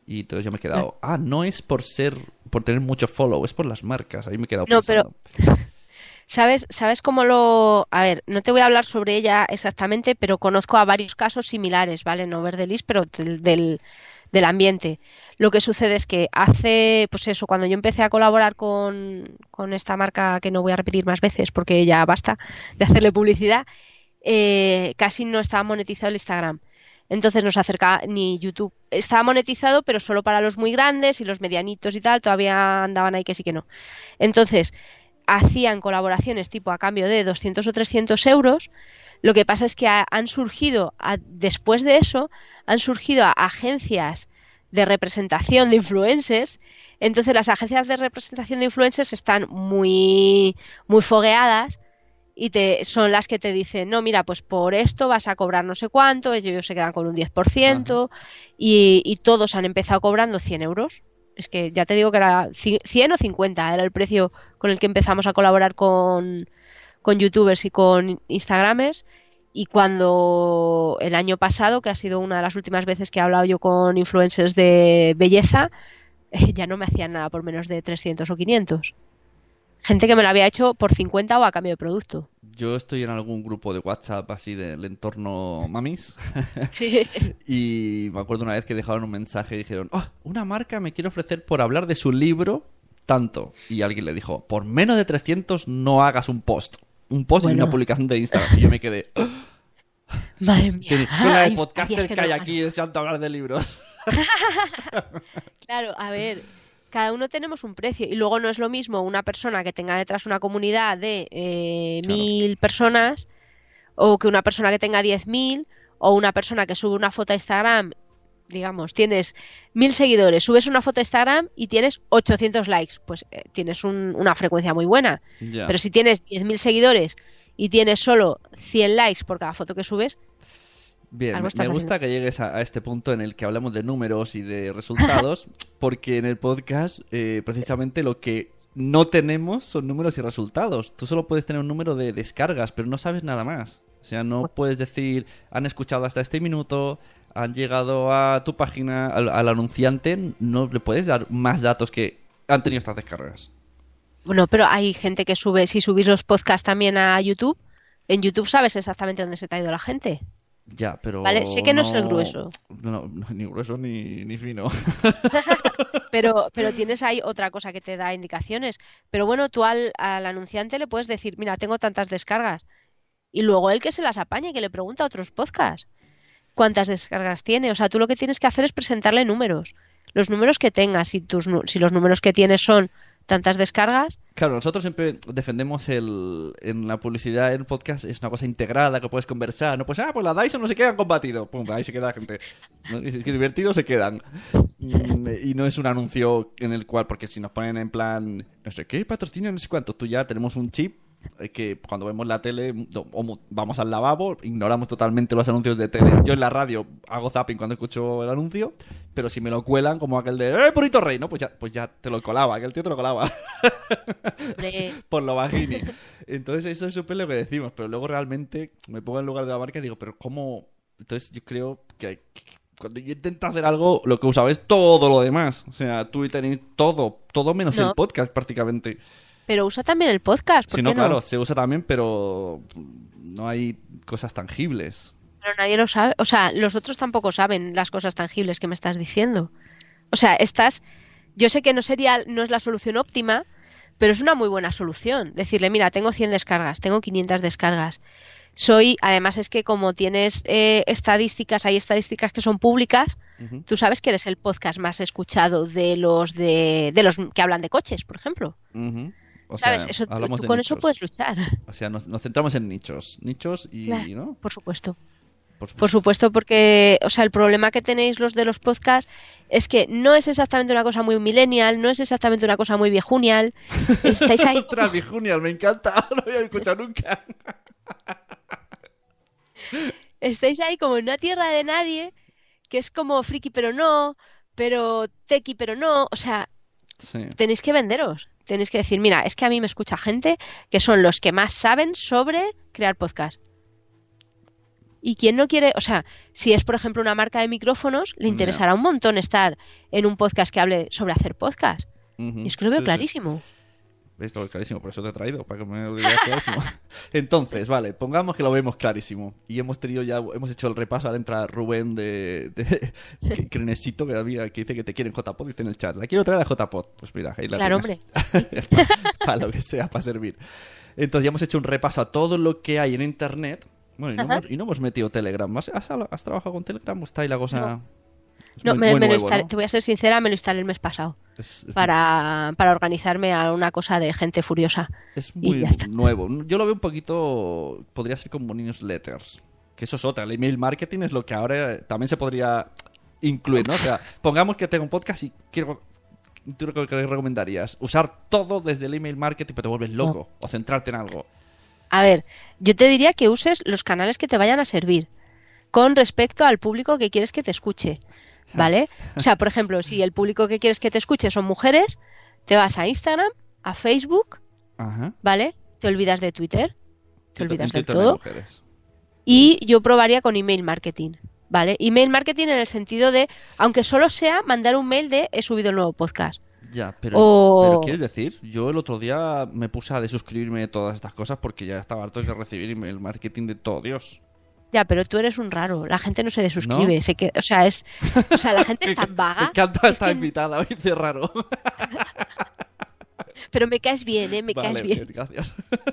Y entonces yo me he quedado, no es por tener mucho follow, es por las marcas. Ahí me he quedado No, pensando. pero ¿sabes cómo lo...? A ver, no te voy a hablar sobre ella exactamente, pero conozco a varios casos similares, ¿vale? No Verdelis, pero del ambiente. Lo que sucede es que pues eso, cuando yo empecé a colaborar con esta marca, que no voy a repetir más veces porque ya basta de hacerle publicidad, casi no estaba monetizado el Instagram. Entonces nos acercaba ni YouTube. Estaba monetizado, pero solo para los muy grandes y los medianitos y tal, todavía andaban ahí que sí que no. Entonces, hacían colaboraciones tipo a cambio de 200 o 300 euros. Lo que pasa es que han surgido, después de eso, han surgido agencias de representación de influencers. Entonces las agencias de representación de influencers están muy, muy fogueadas y son las que te dicen, no, mira, pues por esto vas a cobrar no sé cuánto, ellos se quedan con un 10% y todos han empezado cobrando 100 euros. Es que ya te digo que era 100 o 50, era el precio con el que empezamos a colaborar con youtubers y con instagramers. Y cuando el año pasado, que ha sido una de las últimas veces que he hablado yo con influencers de belleza, ya no me hacían nada por menos de 300 o 500. Gente que me lo había hecho por 50 o a cambio de producto. Yo estoy en algún grupo de WhatsApp así del entorno mamis. Sí. Y me acuerdo una vez que dejaron un mensaje y dijeron, una marca me quiere ofrecer por hablar de su libro tanto. Y alguien le dijo, por menos de 300 no hagas un post. Un post y una publicación de Instagram. Y yo me quedé... Madre mía. Con la de podcasters que hay aquí deseando hablar de libros. Claro, a ver, cada uno tenemos un precio. Y luego no es lo mismo una persona que tenga detrás una comunidad de 1000 personas, o que una persona que tenga 10.000, o una persona que sube una foto a Instagram. Digamos, tienes 1000 seguidores, subes una foto a Instagram y tienes 800 likes, pues tienes una frecuencia muy buena. Ya. Pero si tienes 10.000 seguidores y tienes solo 100 likes por cada foto que subes, bien, me gusta que llegues a este punto en el que hablamos de números y de resultados, porque en el podcast precisamente lo que no tenemos son números y resultados. Tú solo puedes tener un número de descargas, pero no sabes nada más. O sea, no puedes decir, han escuchado hasta este minuto, han llegado a tu página, al anunciante, no le puedes dar más datos que han tenido estas descargas. Bueno, pero hay gente que sube, si subís los podcasts también a YouTube, en YouTube sabes exactamente dónde se te ha ido la gente. Ya, pero... Vale, sé que no es el grueso. No, ni grueso ni fino. Pero tienes ahí otra cosa que te da indicaciones. Pero bueno, tú al anunciante le puedes decir, mira, tengo tantas descargas. Y luego él que se las apañe, que le pregunta a otros podcasts cuántas descargas tiene. O sea, tú lo que tienes que hacer es presentarle números. Los números que tengas, si los números que tienes son tantas descargas. Claro, nosotros siempre defendemos en la publicidad, en el podcast, es una cosa integrada que puedes conversar. No pues, pues la Dyson no se quedan combatido. Pum, ahí se queda la gente. ¿No? Es que divertidos se quedan. Y no es un anuncio en el cual, porque si nos ponen en plan, no sé qué, patrocinio, no sé cuánto, tú ya tenemos un chip que cuando vemos la tele vamos al lavabo, ignoramos totalmente los anuncios de tele. Yo en la radio hago zapping cuando escucho el anuncio, pero si me lo cuelan como aquel de Purito Rey, ¿no? Pues ya te lo colaba, aquel tío te lo colaba. Por lo bajini. Entonces eso es súper lo que decimos, pero luego realmente me pongo en lugar de la marca y digo, pero ¿cómo? Entonces yo creo que cuando yo intento hacer algo, lo que usaba es todo lo demás. O sea, Twitter, todo menos el podcast prácticamente. Pero usa también el podcast, ¿por qué no? Claro, se usa también, pero no hay cosas tangibles. Pero nadie lo sabe. O sea, los otros tampoco saben las cosas tangibles que me estás diciendo. O sea, yo sé que no es la solución óptima, pero es una muy buena solución. Decirle, mira, tengo 100 descargas, tengo 500 descargas. Además es que como tienes estadísticas, hay estadísticas que son públicas, tú sabes que eres el podcast más escuchado de los que hablan de coches, por ejemplo. ¿Sabes? Sea, tú con eso puedes luchar. O sea, nos centramos en nichos y, claro, ¿no? Por supuesto, porque, o sea, el problema que tenéis los de los podcasts es que no es exactamente una cosa muy millennial, no es exactamente una cosa muy viejunial. Estáis ahí. ¡Ostras, viejunial! Me encanta, no lo había escuchado nunca. Estáis ahí como en una tierra de nadie, que es como friki pero no, pero tequi pero no, o sea, sí. Tenéis que venderos. Tenéis que decir, mira, es que a mí me escucha gente que son los que más saben sobre crear podcast. Y quien no quiere, o sea, si es por ejemplo una marca de micrófonos, le interesará un montón estar en un podcast que hable sobre hacer podcast. Y es que lo veo clarísimo. Esto es clarísimo, por eso te he traído, para que me lo digas clarísimo. Entonces, vale, pongamos que lo vemos clarísimo. Y hemos hecho el repaso. Ahora entra Rubén de Crenesito, que dice que te quieren JPod, dice en el chat. La quiero traer a JPod. Pues mira, ahí la Claro, tienes. hombre. Sí. Para lo que sea, para servir. Entonces ya hemos hecho un repaso a todo lo que hay en internet. Bueno, y no hemos metido Telegram. ¿Has trabajado con Telegram? ¿Está ahí la cosa...? No, muy me lo nuevo, instalé, ¿no? te voy a ser sincera, me lo instalé el mes pasado para organizarme a una cosa de gente furiosa. Es muy nuevo. Yo lo veo un poquito... Podría ser como newsletters. Que eso es otra. El email marketing es lo que ahora también se podría incluir, ¿no? O sea, pongamos que tengo un podcast y quiero... ¿Tú qué recomendarías? ¿Usar todo desde el email marketing pero te vuelves loco? ¿O centrarte en algo? A ver, yo te diría que uses los canales que te vayan a servir con respecto al público que quieres que te escuche. ¿Vale? O sea, por ejemplo, si el público que quieres que te escuche son mujeres, te vas a Instagram, a Facebook, ¿vale? Te olvidas de Twitter, te olvidas del todo. Y yo probaría con email marketing, ¿vale? Email marketing en el sentido de, aunque solo sea mandar un mail de he subido el nuevo podcast. Ya, pero ¿quieres decir? Yo el otro día me puse a desuscribirme de todas estas cosas porque ya estaba harto de recibir email marketing de todo Dios. Ya, pero tú eres un raro. La gente no se desuscribe. ¿No? O sea, la gente es tan vaga. Me encanta estar invitada, hoy dice raro. Pero me caes bien, ¿eh? Me caes bien. Gracias.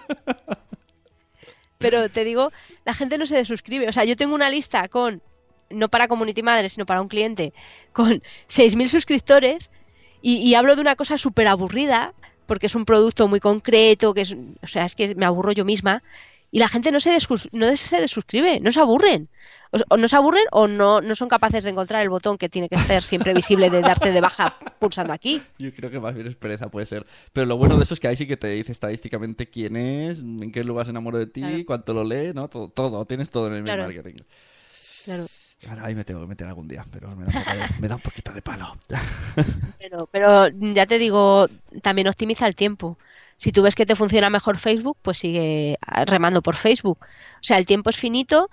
Pero te digo, la gente no se desuscribe. O sea, yo tengo una lista no para Community Madre, sino para un cliente, con 6.000 suscriptores y hablo de una cosa súper aburrida, porque es un producto muy concreto, es que me aburro yo misma. Y la gente no se desuscribe, no se aburren. O no se aburren o no son capaces de encontrar el botón que tiene que estar siempre visible de darte de baja pulsando aquí. Yo creo que más bien es pereza, puede ser. Pero lo bueno de eso es que ahí sí que te dice estadísticamente quién es, en qué lugar se enamoró de ti, claro, cuánto lo lee, ¿no? Todo, tienes todo en el email marketing. Claro. Ahora ahí me tengo que meter algún día, pero me da un poquito de palo. Pero ya te digo, también optimiza el tiempo. Si tú ves que te funciona mejor Facebook, pues sigue remando por Facebook. O sea, el tiempo es finito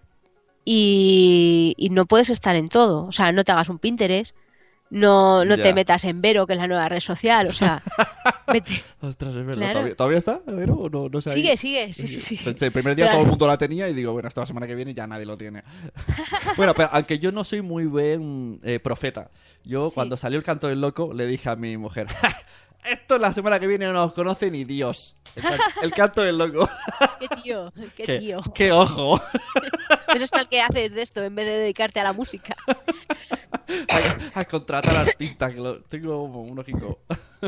y no puedes estar en todo. O sea, no te hagas un Pinterest, no te metas en Vero, que es la nueva red social. O sea, vete. Ostras, es verdad. Claro. ¿Todavía está Vero o no sé? Sigue. Sí. Pensé, el primer día todo el mundo la tenía y digo, bueno, esta semana que viene ya nadie lo tiene. Bueno, pero aunque yo no soy muy buen profeta, yo cuando salió el Canto del Loco le dije a mi mujer... Esto la semana que viene no nos conoce ni Dios. El Canto del Loco. Qué tío. ¡Qué ojo! Eres el que haces de esto en vez de dedicarte a la música. A contratar al artista, que tengo un ojico.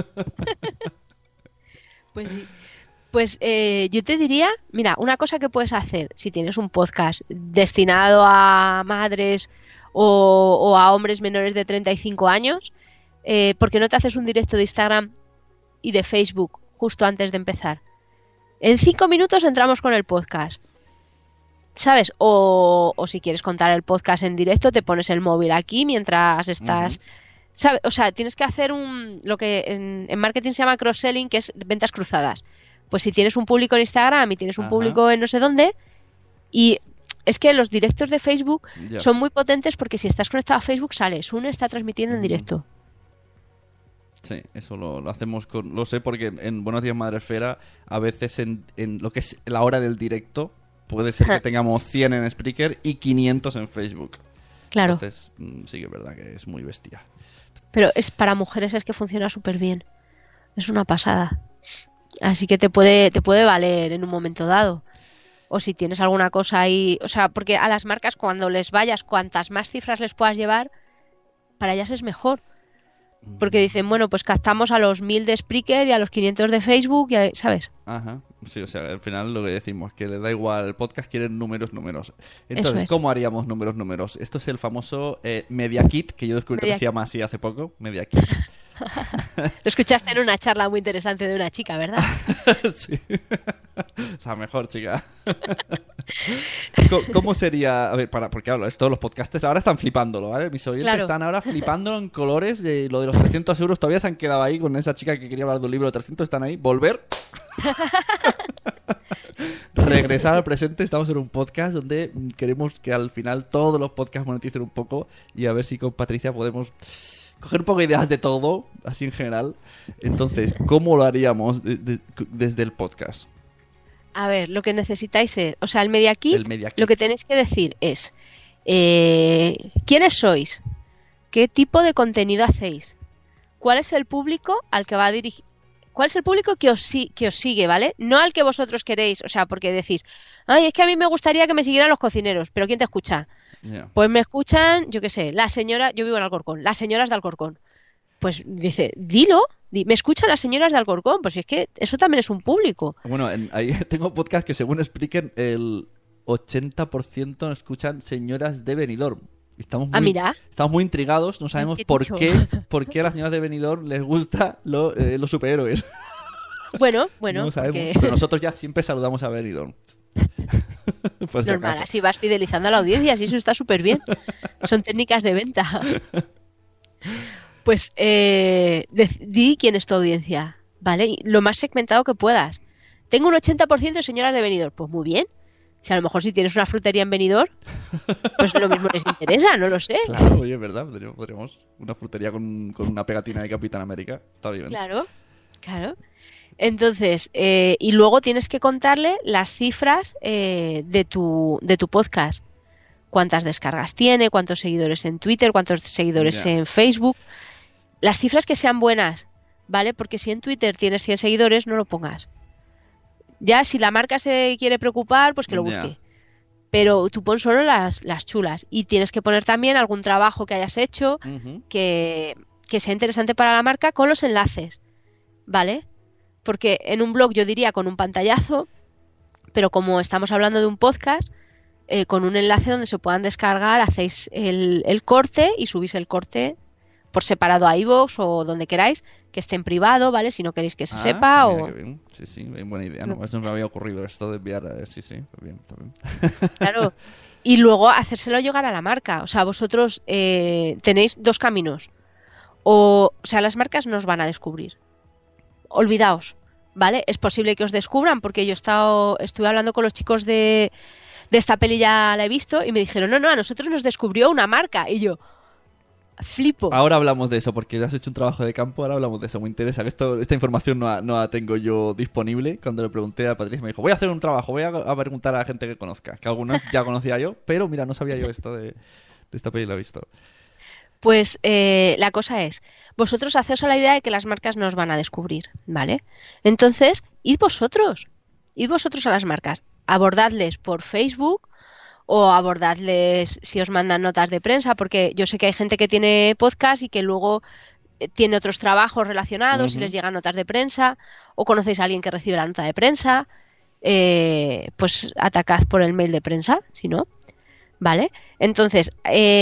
Pues sí. Pues yo te diría, mira, una cosa que puedes hacer si tienes un podcast destinado a madres o a hombres menores de 35 años, ¿por qué no te haces un directo de Instagram y de Facebook justo antes de empezar? En 5 minutos entramos con el podcast, ¿sabes? O si quieres contar el podcast en directo, te pones el móvil aquí mientras estás... ¿sabes? O sea, tienes que hacer lo que en marketing se llama cross-selling, que es ventas cruzadas. Pues si tienes un público en Instagram y tienes un público en no sé dónde, y es que los directos de Facebook son muy potentes porque si estás conectado a Facebook sale, Sune está transmitiendo en directo. Sí, eso lo hacemos lo sé porque en Buenos Días Madresfera a veces en lo que es la hora del directo puede ser que tengamos 100 en Spreaker y 500 en Facebook. Claro. Entonces sí que es verdad que es muy bestia. Pero para mujeres es que funciona súper bien. Es una pasada. Así que te puede valer en un momento dado. O si tienes alguna cosa ahí... O sea, porque a las marcas cuando les vayas, cuantas más cifras les puedas llevar, para ellas es mejor. Porque dicen, bueno, pues captamos a los 1000 de Spreaker y a los 500 de Facebook, ¿sabes? Ajá, sí, o sea, al final lo que decimos, que le da igual, el podcast quiere números. Entonces, ¿cómo haríamos números? Esto es el famoso Media Kit, que yo descubrí que se llama así hace poco, Media Kit. Lo escuchaste en una charla muy interesante de una chica, ¿verdad? Sí. La mejor chica. ¿Cómo sería? A ver, porque claro, todos los podcasters ahora están flipándolo, ¿vale? Mis oyentes están ahora flipándolo en colores. Lo de los 300 euros todavía se han quedado ahí con esa chica que quería hablar de un libro de 300. Están ahí. ¿Volver? regresar al presente. Estamos en un podcast donde queremos que al final todos los podcasts moneticen un poco y a ver si con Patricia podemos coger un poco de ideas de todo, así en general. Entonces, ¿cómo lo haríamos desde el podcast? A ver, lo que necesitáis es, o sea, el Media Kit, lo que tenéis que decir es ¿quiénes sois? ¿Qué tipo de contenido hacéis? ¿Cuál es el público al que va a dirigir? ¿Cuál es el público que os sigue, ¿vale? No al que vosotros queréis, o sea, porque decís, ay, es que a mí me gustaría que me siguieran los cocineros, pero ¿quién te escucha? Yeah. Pues me escuchan, yo qué sé, la señora, yo vivo en Alcorcón, las señoras de Alcorcón. Pues dice, dilo, me escuchan las señoras de Alcorcón, pues si es que eso también es un público. Bueno, ahí tengo podcast que según expliquen, el 80% nos escuchan señoras de Benidorm. Estamos muy intrigados, no sabemos por qué a las señoras de Benidorm les gustan los superhéroes. Bueno, no sabemos, porque... pero nosotros ya siempre saludamos a Benidorm. Normal, si así vas fidelizando a la audiencia, así eso está súper bien. Son técnicas de venta. Pues di quién es tu audiencia, ¿vale? Y lo más segmentado que puedas. Tengo un 80% de señoras de Benidorm, pues muy bien. Si a lo mejor si tienes una frutería en Benidorm, pues lo mismo les interesa, no lo sé. Claro, oye, es verdad, podríamos una frutería con una pegatina de Capitán América. Está bien. Claro. Entonces, y luego tienes que contarle las cifras de tu podcast. Cuántas descargas tiene, cuántos seguidores en Twitter, cuántos seguidores en Facebook. Las cifras que sean buenas, ¿vale? Porque si en Twitter tienes 100 seguidores, no lo pongas. Ya, si la marca se quiere preocupar, pues que lo busque. Pero tú pon solo las chulas. Y tienes que poner también algún trabajo que hayas hecho que sea interesante para la marca con los enlaces, ¿vale? Porque en un blog yo diría con un pantallazo, pero como estamos hablando de un podcast, con un enlace donde se puedan descargar, hacéis el corte y subís el corte por separado a iVoox o donde queráis, que esté en privado, ¿vale? Si no queréis que se sepa. Mira, qué bien. Sí, bien buena idea. No, eso no me había ocurrido, esto de enviar. Sí, está bien. Claro. Y luego hacérselo llegar a la marca. O sea, vosotros tenéis dos caminos. O sea, las marcas no os van a descubrir. Olvidaos, ¿vale? Es posible que os descubran porque yo estuve hablando con los chicos de esta peli, ya la he visto, y me dijeron, no, a nosotros nos descubrió una marca. Y yo... flipo. Ahora hablamos de eso, porque has hecho un trabajo de campo, ahora hablamos de eso, me interesa. Esta información no la tengo yo disponible. Cuando le pregunté a Patricia, me dijo, voy a hacer un trabajo, voy a preguntar a la gente que conozca, que algunas ya conocía yo, pero mira, no sabía yo esto de esta peli, lo he visto. Pues la cosa es, vosotros hacéis a la idea de que las marcas nos van a descubrir, ¿vale? Entonces, id vosotros a las marcas, abordadles por Facebook, o abordadles si os mandan notas de prensa, porque yo sé que hay gente que tiene podcast y que luego tiene otros trabajos relacionados y les llegan notas de prensa, o conocéis a alguien que recibe la nota de prensa, pues atacad por el mail de prensa, si no, ¿vale? Entonces,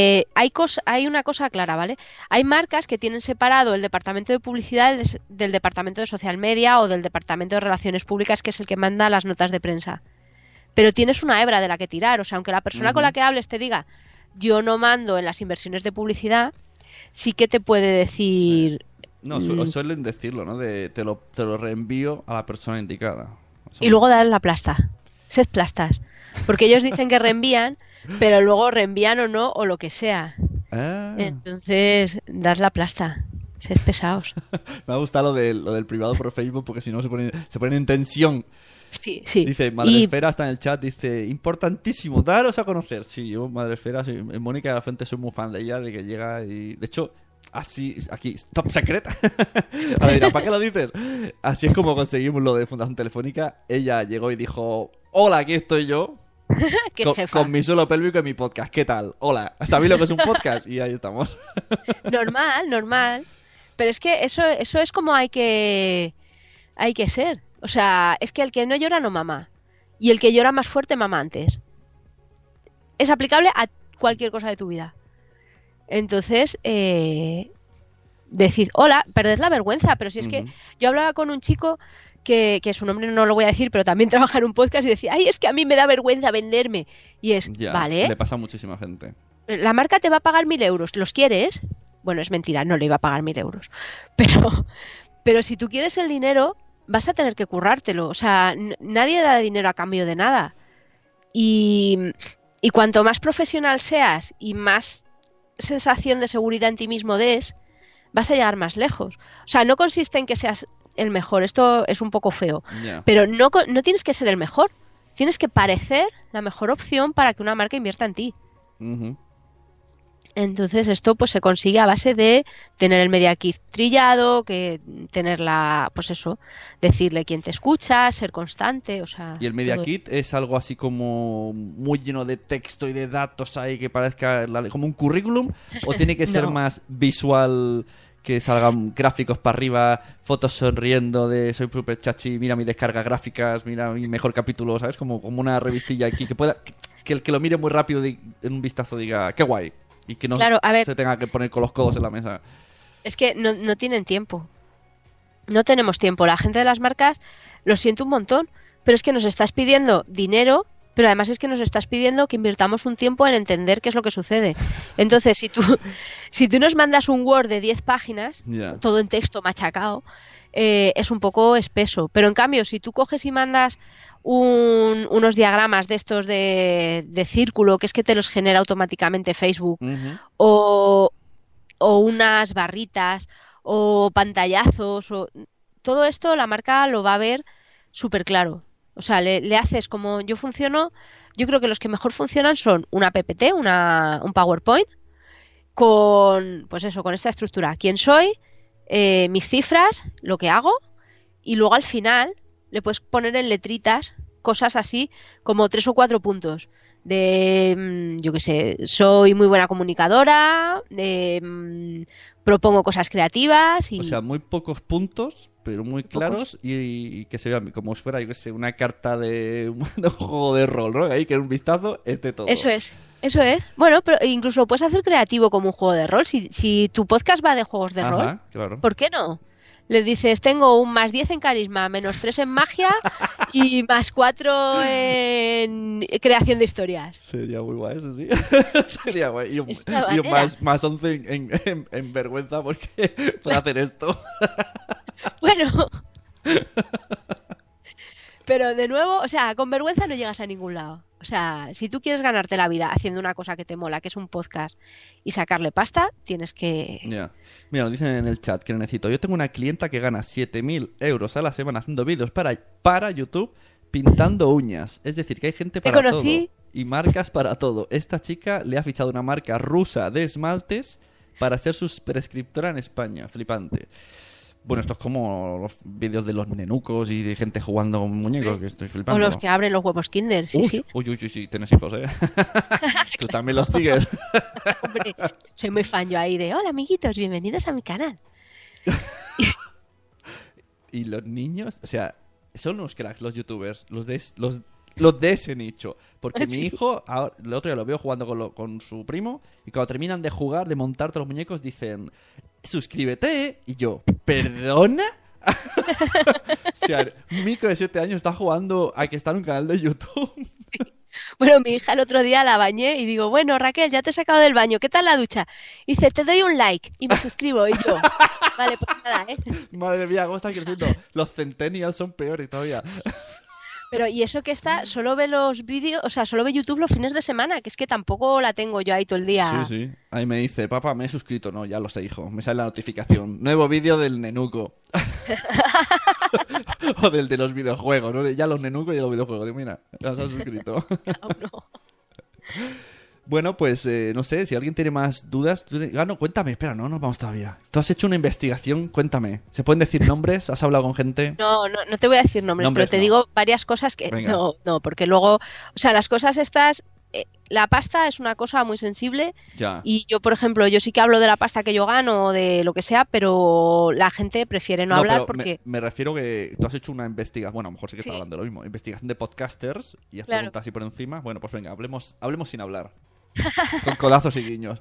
hay una cosa clara, ¿vale? Hay marcas que tienen separado el departamento de publicidad del departamento de social media o del departamento de relaciones públicas, que es el que manda las notas de prensa. Pero tienes una hebra de la que tirar, o sea, aunque la persona con la que hables te diga, yo no mando en las inversiones de publicidad, sí que te puede decir... Sí. No, suelen decirlo, ¿no? Te lo reenvío a la persona indicada. Y luego dar la plasta. Sed plastas. Porque ellos dicen que reenvían, pero luego reenvían o no, o lo que sea. Entonces, dad la plasta. Sed pesados. Me ha gustado lo del privado por Facebook, porque si no se ponen en tensión. Sí. Dice, Madresfera está en el chat, dice, importantísimo, daros a conocer. Sí, yo, Madresfera, Mónica de la Fuente, soy muy fan de ella, de que llega y... De hecho, así, aquí, top secret. A ver, ¿para qué lo dices? Así es como conseguimos lo de Fundación Telefónica. Ella llegó y dijo, hola, aquí estoy yo. Con mi suelo pélvico y mi podcast. ¿Qué tal? Hola, ¿sabéis lo que es un podcast? Y ahí estamos. Normal. Pero es que eso es como hay que ser. O sea, es que el que no llora no mama. Y el que llora más fuerte mama antes. Es aplicable a cualquier cosa de tu vida. Entonces, decid, hola, perded la vergüenza. Pero si es que yo hablaba con un chico que su nombre no lo voy a decir, pero también trabaja en un podcast y decía, ay, es que a mí me da vergüenza venderme. Y es, ya, vale. Le pasa a muchísima gente. La marca te va a pagar 1.000 euros. ¿Los quieres? Bueno, es mentira, no le iba a pagar 1.000 euros. Pero si tú quieres el dinero... vas a tener que currártelo. O sea, nadie da dinero a cambio de nada. Y cuanto más profesional seas y más sensación de seguridad en ti mismo des, vas a llegar más lejos. O sea, no consiste en que seas el mejor, esto es un poco feo, pero no tienes que ser el mejor, tienes que parecer la mejor opción para que una marca invierta en ti. Entonces esto pues se consigue a base de tener el media kit trillado, que tenerla, pues eso, decirle quién te escucha, ser constante, o sea... ¿Y el media kit es algo así como muy lleno de texto y de datos ahí que parezca como un currículum? ¿O tiene que ser más visual, que salgan gráficos para arriba, fotos sonriendo de soy super chachi, mira mi descarga gráficas, mira mi mejor capítulo, ¿sabes? Como una revistilla aquí, que pueda que el que lo mire muy rápido en un vistazo diga, qué guay. Y que no se tenga que poner con los codos en la mesa. Es que no tienen tiempo. No tenemos tiempo. La gente de las marcas lo siento un montón, pero es que nos estás pidiendo dinero, pero además es que nos estás pidiendo que invirtamos un tiempo en entender qué es lo que sucede. Entonces, si tú nos mandas un Word de 10 páginas, todo en texto machacado, es un poco espeso. Pero en cambio, si tú coges y mandas unos diagramas de estos de círculo, que es que te los genera automáticamente Facebook, o unas barritas, o pantallazos, o todo esto la marca lo va a ver súper claro. O sea, le haces como yo funciono. Yo creo que los que mejor funcionan son una PPT, un PowerPoint, con esta estructura. ¿Quién soy? Mis cifras, lo que hago, y luego al final le puedes poner en letritas cosas así como 3 o 4 puntos de, yo qué sé, soy muy buena comunicadora, propongo cosas creativas y... O sea, muy pocos puntos, pero muy claros y que se vea como si fuera, yo qué sé, una carta de un juego de rol, ¿no? Ahí que en un vistazo esté todo. Eso es. Bueno, pero incluso lo puedes hacer creativo como un juego de rol. Si tu podcast va de juegos de rol, claro. ¿Por qué no? Le dices, tengo un +10 en carisma, -3 en magia y +4 en creación de historias. Sería muy guay, eso sí. Sería guay. Y un +11 en vergüenza porque por hacer esto. Bueno. Pero de nuevo, o sea, con vergüenza no llegas a ningún lado. O sea, si tú quieres ganarte la vida haciendo una cosa que te mola, que es un podcast, y sacarle pasta, tienes que... Ya. Mira, nos dicen en el chat que necesito. Yo tengo una clienta que gana 7.000 euros a la semana haciendo vídeos para YouTube pintando uñas. Es decir, que hay gente para todo. Y marcas para todo. Esta chica le ha fichado una marca rusa de esmaltes para ser su prescriptora en España. Flipante. Bueno, esto es como los vídeos de los nenucos y de gente jugando con muñecos, que estoy flipando. O los que abren los huevos Kinder, sí. Uy, tienes hijos, ¿eh? Tú también los sigues. Hombre, soy muy fan yo ahí de, hola amiguitos, bienvenidos a mi canal. Y los niños, o sea, son unos cracks los youtubers, los de ese nicho. Porque mi hijo, el otro día lo veo jugando con su primo, y cuando terminan de jugar, de montar todos los muñecos, dicen, suscríbete. Y yo, ¿perdona? O sea, un mico de 7 años está jugando a que está en un canal de YouTube. Sí. Bueno, mi hija el otro día la bañé y digo, bueno, Raquel, ya te he sacado del baño, ¿qué tal la ducha? Y dice, te doy un like y me suscribo. Y yo, vale, pues nada, ¿eh? Madre mía, cómo están creciendo. Los centennials son peores todavía. Pero y eso que solo ve los vídeos, o sea, solo ve YouTube los fines de semana, que es que tampoco la tengo yo ahí todo el día. Sí. Ahí me dice, papá, me he suscrito. No, ya lo sé, hijo. Me sale la notificación. Nuevo vídeo del nenuco. O del de los videojuegos, ¿no? Ya los nenucos y los videojuegos. Digo, mira, ya se ha suscrito. No. Bueno, pues no sé, si alguien tiene más dudas... no, cuéntame, espera, no nos vamos todavía. ¿Tú has hecho una investigación? Cuéntame. ¿Se pueden decir nombres? ¿Has hablado con gente? No te voy a decir nombres pero te digo varias cosas que... Venga. No, porque luego... O sea, las cosas estas... la pasta es una cosa muy sensible. Ya. Y yo, por ejemplo, yo sí que hablo de la pasta que yo gano o de lo que sea, pero la gente prefiere no hablar porque... Me refiero que tú has hecho una investigación... Bueno, a lo mejor sí que estás hablando de lo mismo. Investigación de podcasters y has preguntado así por encima. Bueno, pues venga, hablemos sin hablar. Con codazos y guiños.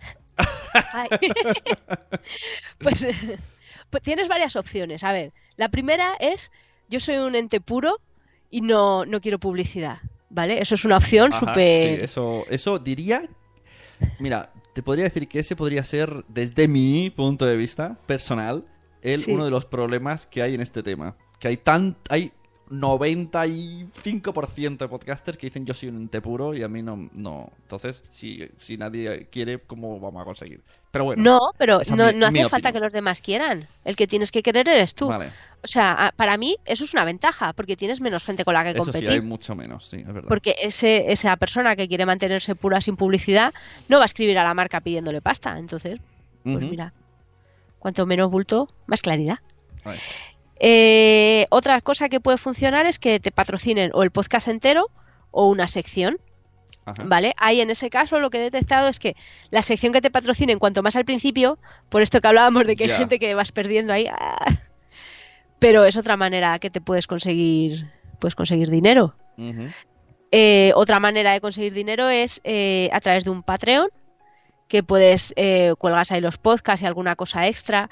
Pues tienes varias opciones. A ver, la primera es, yo soy un ente puro y no quiero publicidad, ¿vale? Eso es una opción súper... Sí, eso diría... Mira, te podría decir que ese podría ser, desde mi punto de vista personal, uno de los problemas que hay en este tema. Que hay 95% de podcasters que dicen yo soy un ente puro y a mí no. Entonces, si nadie quiere, ¿cómo vamos a conseguir? Pero bueno. No, pero esa no es mi hace falta opinión. que los demás quieran. El que tienes que querer eres tú. Vale. O sea, para mí eso es una ventaja, porque tienes menos gente con la que Eso sí, competir. hay mucho menos, sí, es verdad. Porque esa persona que quiere mantenerse pura sin publicidad no va a escribir a la marca pidiéndole pasta. Entonces, pues Ujú. mira, cuanto menos bulto, más claridad. Ahí está. Otra cosa que puede funcionar es que te patrocinen o el podcast entero o una sección, Ajá. ¿vale? Ahí en ese caso lo que he detectado es que la sección que te patrocinen cuanto más al principio, por esto que hablábamos de que Ya. hay gente que vas perdiendo ahí, pero es otra manera que te puedes conseguir dinero. Ujú. Otra manera de conseguir dinero es a través de un Patreon, que puedes cuelgas ahí los podcasts y alguna cosa extra.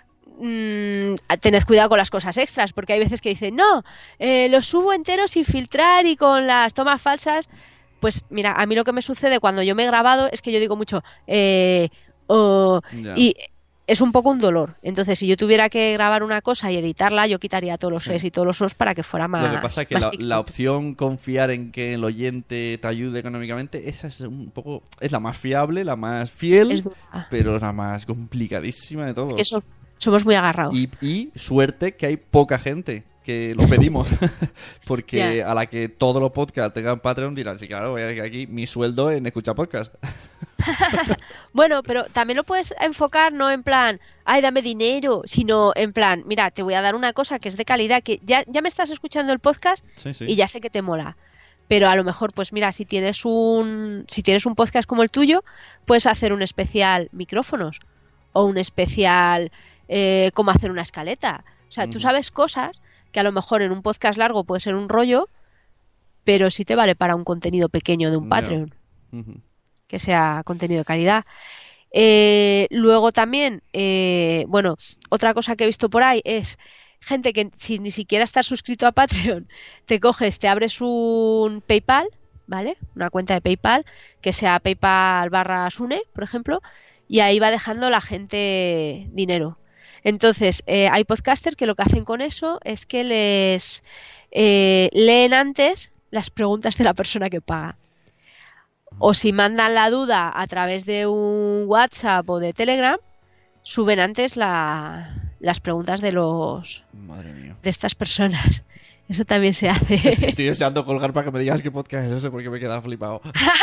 Tened cuidado con las cosas extras, porque hay veces que dicen, no, los subo enteros sin filtrar y con las tomas falsas. Pues mira, a mí lo que me sucede cuando yo me he grabado es que yo digo mucho, Ya. y es un poco un dolor. Entonces, si yo tuviera que grabar una cosa y editarla, yo quitaría todos los Sí. es y todos los os para que fuera más. Lo que pasa es que más la TikTok. opción confiar en que el oyente te ayude económicamente, esa es un poco, es la más fiable, la más fiel, Es dura. pero la más complicadísima de todos. Es que somos muy agarrados. Y suerte que hay poca gente que lo pedimos, porque Ya. a la que todos los podcasts tengan Patreon dirán, sí, claro, voy a dejar aquí mi sueldo en escuchar podcast. Bueno, pero también lo puedes enfocar no en plan, ay, dame dinero, sino en plan, mira, te voy a dar una cosa que es de calidad, que ya me estás escuchando el podcast Sí, sí. y ya sé que te mola. Pero a lo mejor, pues mira, si tienes un podcast como el tuyo, puedes hacer un especial micrófonos o un especial cómo hacer una escaleta. O sea, tú Ujú. sabes cosas que a lo mejor en un podcast largo puede ser un rollo, pero sí te vale para un contenido pequeño de un Ya. Patreon, Ujú. que sea contenido de calidad. Luego también, bueno, otra cosa que he visto por ahí es gente que sin ni siquiera estar suscrito a Patreon, te coges, te abres un PayPal, ¿vale? Una cuenta de PayPal, que sea PayPal/Sune, por ejemplo, y ahí va dejando la gente dinero. Entonces, hay podcasters que lo que hacen con eso es que les leen antes las preguntas de la persona que paga. O si mandan la duda a través de un WhatsApp o de Telegram, suben antes las preguntas de Madre mía. estas personas. Eso también se hace. Estoy deseando colgar para que me digas qué podcast es ese porque me he quedado flipado.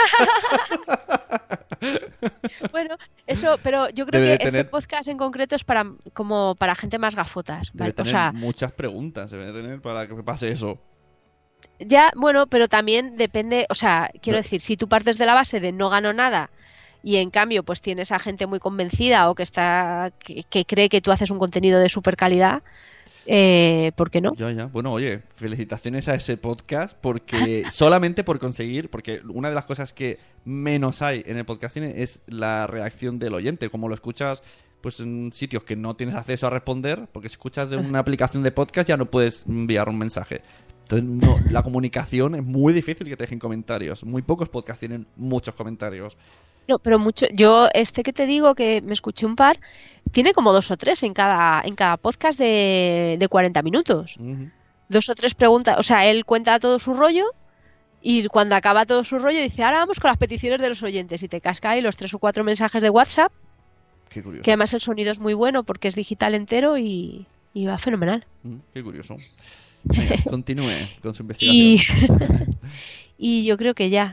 Bueno, eso, pero yo creo Debe que de tener- este podcast en concreto es como para gente más gafotas, Debe ¿vale? O tener sea, muchas preguntas, debe de tener para que me pase eso. ya, bueno, pero también depende, o sea, quiero Pero- decir, si tú partes de la base de no gano nada y en cambio pues tienes a gente muy convencida o que cree que tú haces un contenido de super calidad, ¿por qué no? Ya. Bueno, oye, felicitaciones a ese podcast porque solamente por conseguir, porque una de las cosas que menos hay en el podcasting es la reacción del oyente, como lo escuchas pues en sitios que no tienes acceso a responder, porque si escuchas de una aplicación de podcast ya no puedes enviar un mensaje. Entonces, no, la comunicación es muy difícil que te dejen comentarios. Muy pocos podcasts tienen muchos comentarios. No, pero mucho, yo que te digo que me escuché un par, tiene como 2 o 3 en cada podcast de 40 minutos. Ujú. 2 o 3 preguntas, o sea, él cuenta todo su rollo y cuando acaba todo su rollo dice, ahora vamos con las peticiones de los oyentes y te casca ahí los 3 o 4 mensajes de WhatsApp, Qué curioso. que además el sonido es muy bueno porque es digital entero y va fenomenal. Qué curioso. Venga, continúe con su Y, investigación. y yo creo que ya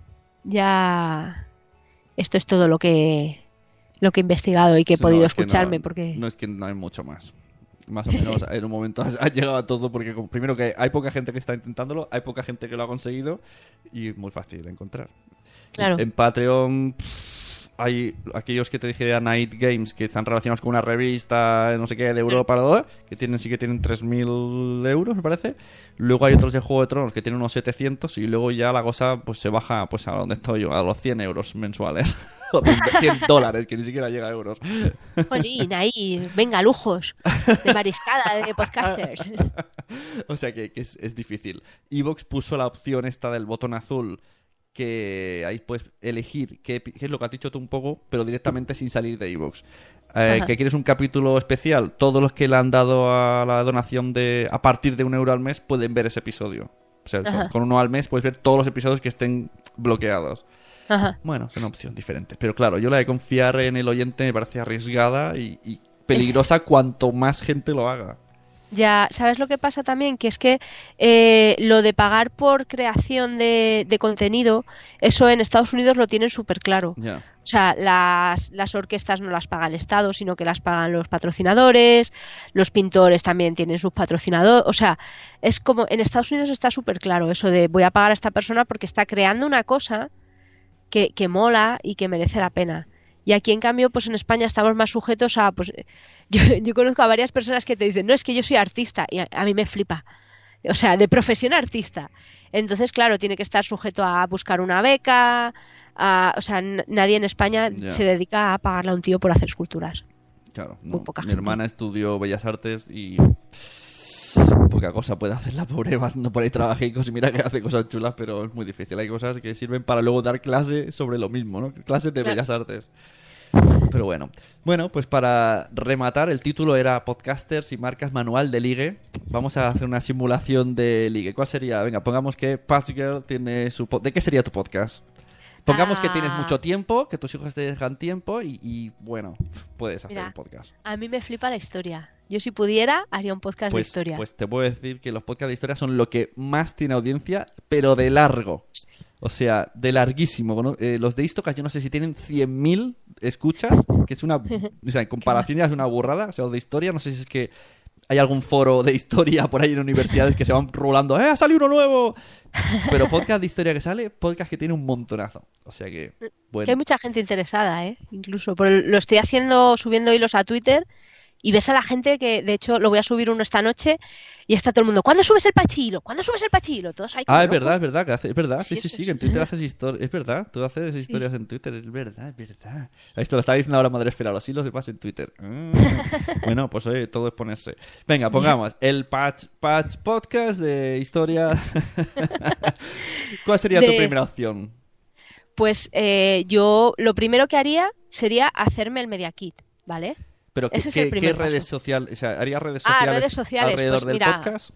esto es todo lo que he investigado y que he Sí, podido es que escucharme no, porque no es que no hay mucho más. Más o menos en un momento has llegado a todo porque primero que hay poca gente que está intentándolo, hay poca gente que lo ha conseguido y es muy fácil de encontrar. claro. En Patreon hay aquellos que te dije de Night Games que están relacionados con una revista no sé qué de Europa que sí que tienen 3.000 euros me parece. Luego hay otros de Juego de Tronos que tienen unos 700 y luego ya la cosa pues se baja pues a donde estoy yo, a los 100 euros mensuales. O $100 que ni siquiera llega a euros. Jolín, ahí, venga, lujos de mariscada de podcasters. O sea que es difícil. Evox puso la opción esta del botón azul que ahí puedes elegir qué es lo que has dicho tú un poco, pero directamente sin salir de iVoox. Que quieres un capítulo especial, todos los que le han dado a la donación a partir de €1 al mes pueden ver ese episodio. O sea, con €1 al mes puedes ver todos los episodios que estén bloqueados. Bueno, es una opción diferente. Pero claro, yo la de confiar en el oyente me parece arriesgada y peligrosa cuanto más gente lo haga. Ya, ¿sabes lo que pasa también? Que es que lo de pagar por creación de contenido, eso en Estados Unidos lo tienen súper claro. Yeah. O sea, las orquestas no las paga el Estado, sino que las pagan los patrocinadores, los pintores también tienen sus patrocinadores. O sea, es como, en Estados Unidos está súper claro eso de voy a pagar a esta persona porque está creando una cosa que mola y que merece la pena. Y aquí, en cambio, pues en España estamos más sujetos a... pues yo conozco a varias personas que te dicen, no, es que yo soy artista, y a mí me flipa. O sea, de profesión artista. Entonces, claro, tiene que estar sujeto a buscar una beca. O sea, nadie en España se dedica a pagarle a un tío por hacer esculturas. Claro, muy poca mi gente. hermana estudió Bellas Artes y... poca cosa puede hacer la pobre, no por ahí trabajicos y mira que hace cosas chulas, pero es muy difícil. Hay cosas que sirven para luego dar clase sobre lo mismo, ¿no? Clases de Bellas Artes. Pero bueno, pues para rematar, el título era Podcasters y marcas manual de ligue. Vamos a hacer una simulación de ligue. ¿Cuál sería? Venga, pongamos que Patch Girl tiene su... ¿De qué sería tu podcast? Pongamos que tienes mucho tiempo, que tus hijos te dejan tiempo y bueno, puedes hacer un podcast. A mí me flipa la historia. Yo si pudiera, haría un podcast de historia. Pues te puedo decir que los podcasts de historia son lo que más tiene audiencia, pero de largo. O sea, de larguísimo. ¿No? Los de Histocast yo no sé si tienen 100.000 escuchas, que es una... O sea, en comparación ya es una burrada. O sea, los de historia, no sé si es que hay algún foro de historia por ahí en universidades que se van rolando. ¡Ha salido uno nuevo! Pero podcast de historia que sale, podcast que tiene un montonazo. O sea que, bueno. Que hay mucha gente interesada, incluso. Lo estoy haciendo, subiendo hilos a Twitter y ves a la gente que, de hecho, lo voy a subir uno esta noche y está todo el mundo, ¿cuándo subes el pachilo? ¿Cuándo subes el pachilo? Todos ahí como es verdad, es verdad. Sí, que en Twitter haces historias. Es verdad, tú haces historias en Twitter, es verdad. Esto lo estaba diciendo ahora Madre Esfera, así lo sepas en Twitter. Bueno, pues todo es ponerse. Venga, pongamos el Patch Podcast de historia. ¿Cuál sería tu primera opción? Pues yo lo primero que haría sería hacerme el Media Kit, ¿vale? Pero ¿qué redes sociales? O sea, ¿harías redes sociales alrededor pues del podcast?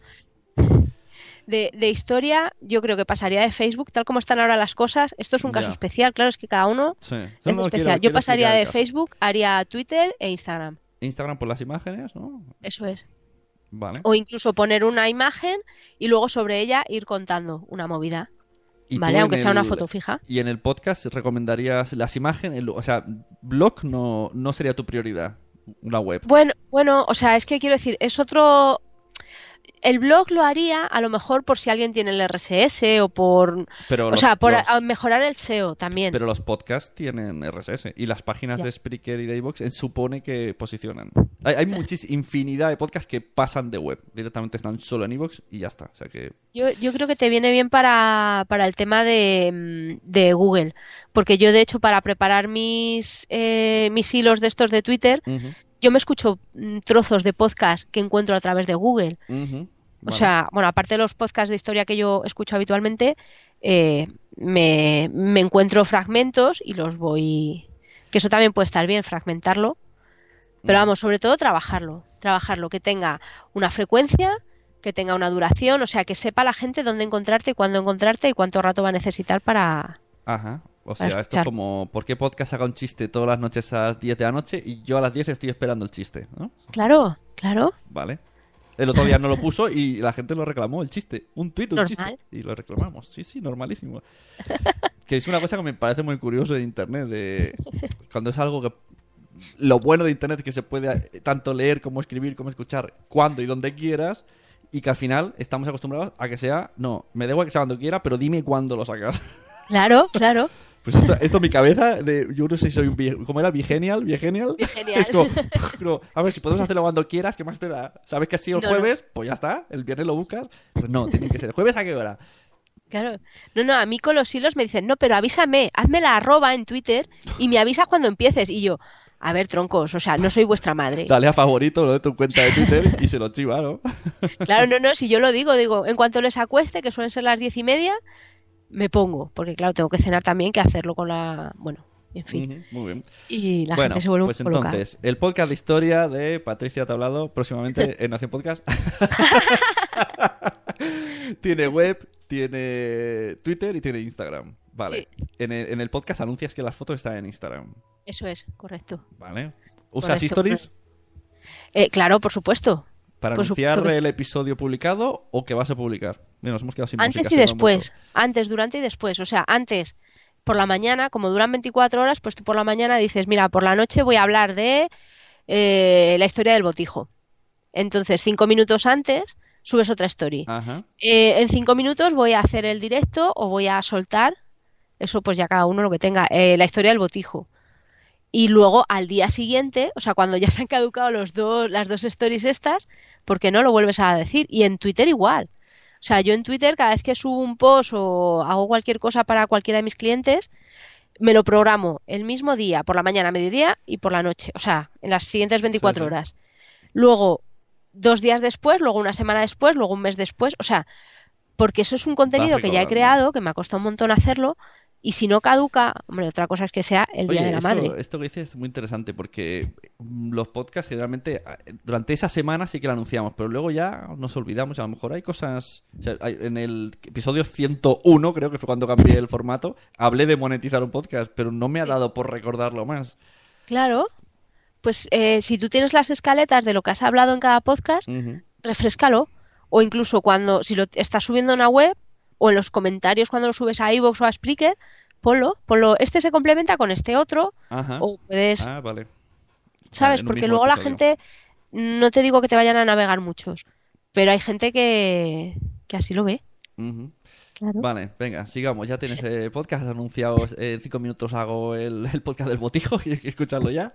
De historia, yo creo que pasaría de Facebook, tal como están ahora las cosas. Esto es un caso especial, claro, es que cada uno es especial. Yo pasaría de Facebook, haría Twitter e Instagram. Instagram por las imágenes, ¿no? Eso es. Vale. O incluso poner una imagen y luego sobre ella ir contando una movida. ¿Vale? Aunque sea una foto fija. ¿Y en el podcast recomendarías las imágenes? O sea, blog no sería tu prioridad. Una web. Bueno, o sea, es que quiero decir, es otro... El blog lo haría a lo mejor por si alguien tiene el RSS o por... mejorar el SEO también. Pero los podcasts tienen RSS y las páginas de Spreaker y de iVoox supone que posicionan. Hay infinidad de podcasts que pasan de web. Directamente están solo en iVoox y ya está. O sea que... Yo creo que te viene bien para el tema de Google. Porque yo, de hecho, para preparar mis hilos de estos de Twitter... Yo me escucho trozos de podcast que encuentro a través de Google. Vale. O sea, bueno, aparte de los podcasts de historia que yo escucho habitualmente, me encuentro fragmentos y los voy... Que eso también puede estar bien, fragmentarlo. Pero vamos, sobre todo trabajarlo, que tenga una frecuencia, que tenga una duración, o sea, que sepa la gente dónde encontrarte y cuándo encontrarte y cuánto rato va a necesitar para... Ajá. O sea, esto es como, ¿por qué podcast haga un chiste todas las noches a las 10 de la noche y yo a las 10 estoy esperando el chiste? ¿No? Claro. Vale. El otro día no lo puso y la gente lo reclamó, el chiste. Un chiste. Y lo reclamamos. Sí, normalísimo. Que es una cosa que me parece muy curioso en Internet, de cuando es algo que... Lo bueno de Internet es que se puede tanto leer como escribir, como escuchar, cuando y donde quieras, y que al final estamos acostumbrados a que sea, no, me da igual que sea cuando quiera, pero dime cuándo lo sacas. Claro. Pues esto en mi cabeza, yo no sé si soy un... ¿Cómo era? ¿Vigenial? Es como, no, a ver, si podemos hacerlo cuando quieras, ¿qué más te da? ¿Sabes que ha sido el jueves? Pues ya está, el viernes lo buscas. Pues no, tiene que ser. ¿El jueves a qué hora? Claro. No, a mí con los hilos me dicen, no, pero avísame, hazme la @ en Twitter y me avisas cuando empieces. Y yo, a ver, troncos, o sea, no soy vuestra madre. Dale a favorito lo de tu cuenta de Twitter y se lo chiva, ¿no? Claro, no, si yo lo digo, en cuanto les acueste, que suelen ser las 10:30... me pongo, porque claro, tengo que cenar también, que hacerlo con la... Bueno, en fin. Muy bien. Y la Bueno, gente se vuelve pues un poco loca. entonces, el podcast de historia de Patricia Tablado, próximamente en Nación Podcast. Tiene web, tiene Twitter y tiene Instagram. Vale. Sí. En el podcast anuncias que las fotos están en Instagram. Eso es, correcto. Vale. ¿Usas Correcto, stories claro, por supuesto. para por anunciar supuesto que sí. el episodio publicado o que vas a publicar? Mira, nos hemos quedado sin Antes música, y se nota después. mucho. Antes, durante y después. O sea, antes, por la mañana, como duran 24 horas, pues tú por la mañana dices, mira, por la noche voy a hablar de la historia del botijo. Entonces, 5 minutos antes, subes otra story. Ajá. En 5 minutos voy a hacer el directo o voy a soltar, eso pues ya cada uno lo que tenga, la historia del botijo. Y luego al día siguiente, o sea, cuando ya se han caducado las dos stories estas, ¿por qué no lo vuelves a decir? Y en Twitter igual. O sea, yo en Twitter cada vez que subo un post o hago cualquier cosa para cualquiera de mis clientes, me lo programo el mismo día, por la mañana, mediodía y por la noche. O sea, en las siguientes 24 Sí, sí. horas. Luego, 2 días después, luego una semana después, luego un mes después. O sea, porque eso es un contenido que ya he recordando. creado, que me ha costado un montón hacerlo. Y si no caduca, hombre, otra cosa es que sea el Día Oye, de la Madre. esto que dices es muy interesante porque los podcasts generalmente durante esa semana sí que lo anunciamos, pero luego ya nos olvidamos. A lo mejor hay cosas... O sea, en el episodio 101, creo que fue cuando cambié el formato, hablé de monetizar un podcast, pero no me ha Sí. dado por recordarlo más. Claro, pues si tú tienes las escaletas de lo que has hablado en cada podcast, Ujú. refréscalo. O incluso si lo estás subiendo a una web o en los comentarios cuando lo subes a iVoox o a Spreaker, ponlo. Este se complementa con este otro Ajá. o puedes, Ah, vale. ¿sabes? En un Porque mismo luego la episodio. gente, no te digo que te vayan a navegar muchos, pero hay gente que así lo ve. Ujú. Claro. Vale, venga, sigamos. Ya tienes el podcast anunciado. En 5 minutos hago el podcast del botijo. Y hay que escucharlo ya.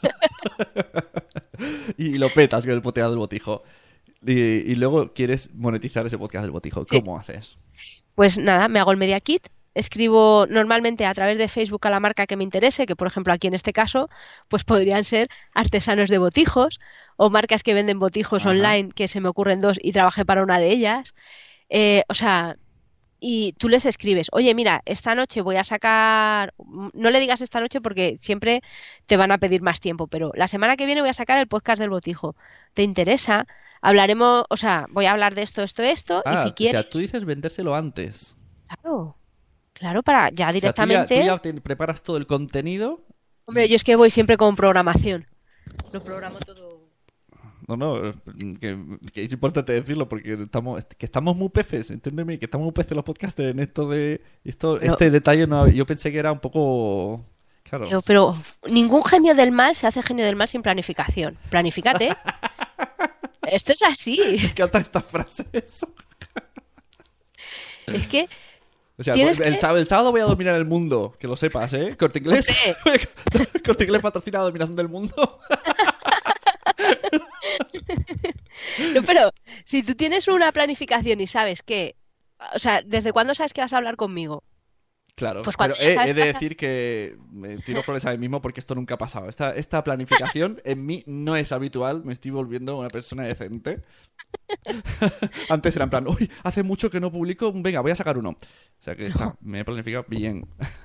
Y lo petas con el podcast del botijo. Y luego quieres monetizar ese podcast del botijo. Sí. ¿Cómo haces? Pues nada, me hago el Media Kit, escribo normalmente a través de Facebook a la marca que me interese, que por ejemplo aquí en este caso, pues podrían ser artesanos de botijos o marcas que venden botijos Ajá. online, que se me ocurren dos y trabajé para una de ellas. O sea, y tú les escribes, oye, mira, esta noche voy a sacar, no le digas esta noche porque siempre te van a pedir más tiempo, pero la semana que viene voy a sacar el podcast del botijo. ¿Te interesa? Hablaremos, o sea, voy a hablar de esto, y si O sea, quieres, tú dices vendérselo antes. claro, claro, para ya O sea, tú directamente. ya te preparas todo el contenido. Hombre, yo es que voy siempre con programación. Lo programo todo. No, que es importante decirlo porque estamos muy peces, entiéndeme, que estamos muy peces los podcasters en esto de... Pero- Este detalle yo pensé que era un poco... Claro. Pero ningún genio del mal se hace genio del mal sin planificación. Planifícate. Esto es así. Me encantan estas frases. Es que O sea, Tienes el que- sábado voy a dominar el mundo, que lo sepas, ¿eh? Corte Inglés. Corte Inglés patrocina la dominación del mundo. no, pero si tú tienes una planificación y sabes que, o sea, ¿desde cuándo sabes que vas a hablar conmigo? Claro, Pues pero cuando ya sabes he de que vas a- decir que me tiro flores a mí mismo porque esto nunca ha pasado. Esta planificación en mí no es habitual, me estoy volviendo una persona decente. Antes era en plan, uy, hace mucho que no publico, venga, voy a sacar uno. O sea que me he planificado bien.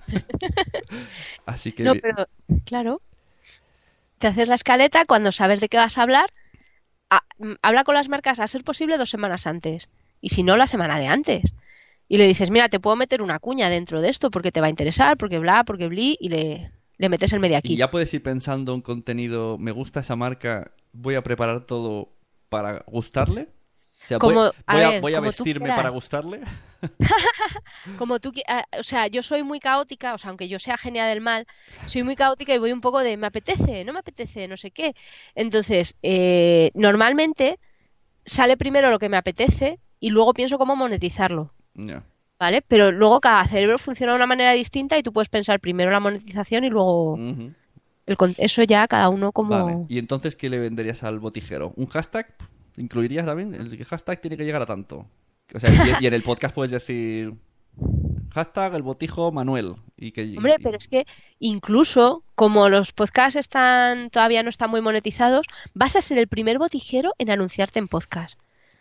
Así que... No, pero claro. Te haces la escaleta cuando sabes de qué vas a hablar. Habla con las marcas a ser posible 2 semanas antes. Y si no, la semana de antes. Y le dices, mira, te puedo meter una cuña dentro de esto porque te va a interesar, porque bla, porque bli, y le metes el media Y kit. ya puedes ir pensando en contenido, me gusta esa marca, voy a preparar todo para gustarle. O sea, Como- a ver, voy a como tú vestirme quieras. para gustarle. Como o sea, yo soy muy caótica, o sea, aunque yo sea genia del mal, soy muy caótica y voy un poco de me apetece, no me apetece, no sé qué. Entonces, normalmente sale primero lo que me apetece y luego pienso cómo monetizarlo. Ya. ¿Vale? Pero luego cada cerebro funciona de una manera distinta y tú puedes pensar primero la monetización y luego Ujú. eso ya cada uno como... Vale. ¿Y entonces qué le venderías al botijero? ¿Un hashtag? ¿Incluirías también? El hashtag tiene que llegar a tanto. O sea, y en el podcast puedes decir hashtag el botijo Manuel. Hombre, pero es que incluso como los podcasts todavía no están muy monetizados, vas a ser el primer botijero en anunciarte en podcast.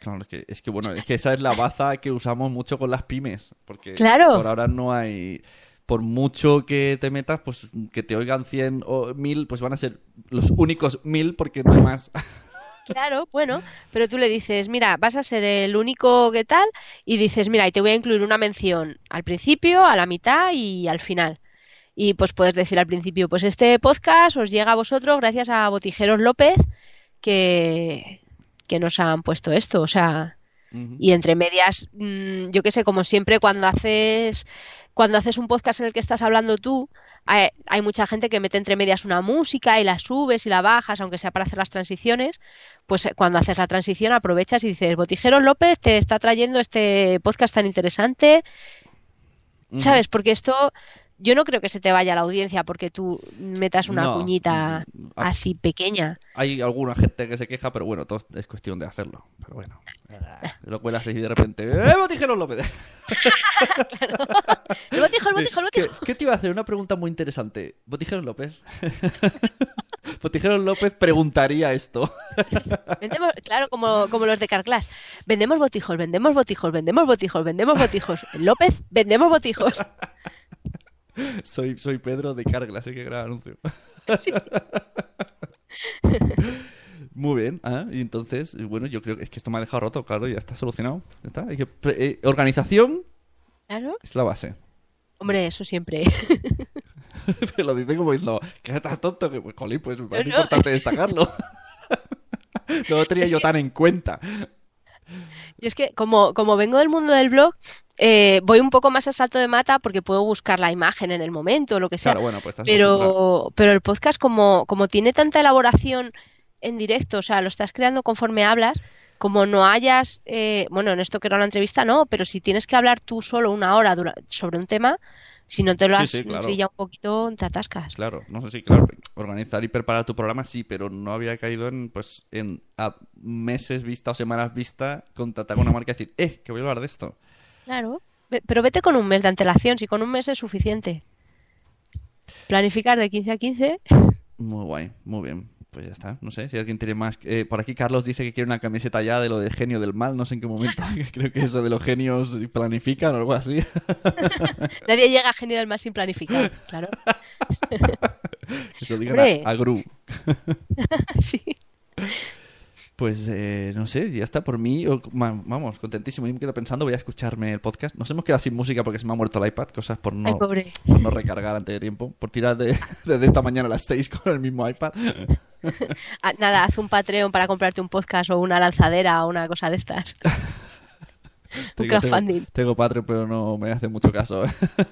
Claro, es que bueno, es que esa es la baza que usamos mucho con las pymes, porque Claro. por ahora no hay, por mucho que te metas, pues que te oigan 100 o 1000, pues van a ser los únicos 1000 porque no hay más. Claro, bueno, pero tú le dices, mira, vas a ser el único que tal, y dices, mira, y te voy a incluir una mención al principio, a la mitad y al final. Y pues puedes decir al principio, pues este podcast os llega a vosotros gracias a Botijeros López que, que nos han puesto esto, o sea, Ujú. y entre medias, yo qué sé, como siempre cuando haces un podcast en el que estás hablando tú, hay mucha gente que mete entre medias una música y la subes y la bajas, aunque sea para hacer las transiciones, pues cuando haces la transición aprovechas y dices, Botijeros López te está trayendo este podcast tan interesante, Ujú. ¿sabes? Porque esto, yo no creo que se te vaya a la audiencia porque tú metas una No, cuñita a- así pequeña. hay alguna gente que se queja, pero bueno, todo es cuestión de hacerlo. Pero bueno, lo cuelas y de repente, Botijeros López! Claro. El botijo, el botijo, el ¿Qué, botijo. qué te iba a hacer? Una pregunta muy interesante. ¿Botijeros López? Botijeros López preguntaría esto. Vendemos, claro, como los de Carglass. Vendemos botijos, vendemos botijos, vendemos botijos, vendemos botijos. En López, vendemos botijos. Soy Pedro de Carglass, qué gran anuncio. Sí, Muy bien, y entonces, bueno, yo creo que es que esto me ha dejado roto, claro, ya está solucionado. Ya está. Organización claro. es la base. Hombre, eso siempre. Pero lo dice como diciendo, que estás tonto, que pues, jolín, pues me parece No, no. importante destacarlo. No lo tenía Es yo que, tan en cuenta. y es que como vengo del mundo del blog, voy un poco más a salto de mata porque puedo buscar la imagen en el momento o lo que sea. Claro, bueno, pues estás acostumbrado. Pero el podcast, como tiene tanta elaboración en directo, o sea, lo estás creando conforme hablas, como no hayas, bueno, en esto que era una entrevista, no, pero si tienes que hablar tú solo una hora sobre un tema, si no te lo Sí, has sí, claro. trillado un poquito, te atascas. Claro, no sé si, claro, organizar y preparar tu programa sí, pero no había caído en, pues, en a meses vista o semanas vista contratar con una marca y decir, que voy a hablar de esto. Claro. Pero vete con un mes de antelación, si con un mes es suficiente. Planificar de 15 a 15. Muy guay, muy bien. Pues ya está, no sé, si alguien tiene más... por aquí Carlos dice que quiere una camiseta ya de lo del genio del mal, no sé en qué momento, creo que eso de los genios planifican o algo así. Nadie llega a genio del mal sin planificar, claro. Eso digan Hombre, a Gru. sí. Pues no sé, ya está por mí. Vamos, contentísimo. Yo me quedo pensando, voy a escucharme el podcast. Nos hemos quedado sin música porque se me ha muerto el iPad, cosas Ay, pobre. por no recargar antes de tiempo, por tirar desde esta mañana a las 6 con el mismo iPad. Nada, haz un Patreon para comprarte un podcast o una lanzadera o una cosa de estas. Un crowdfunding. Tengo Patreon, pero no me hace mucho caso.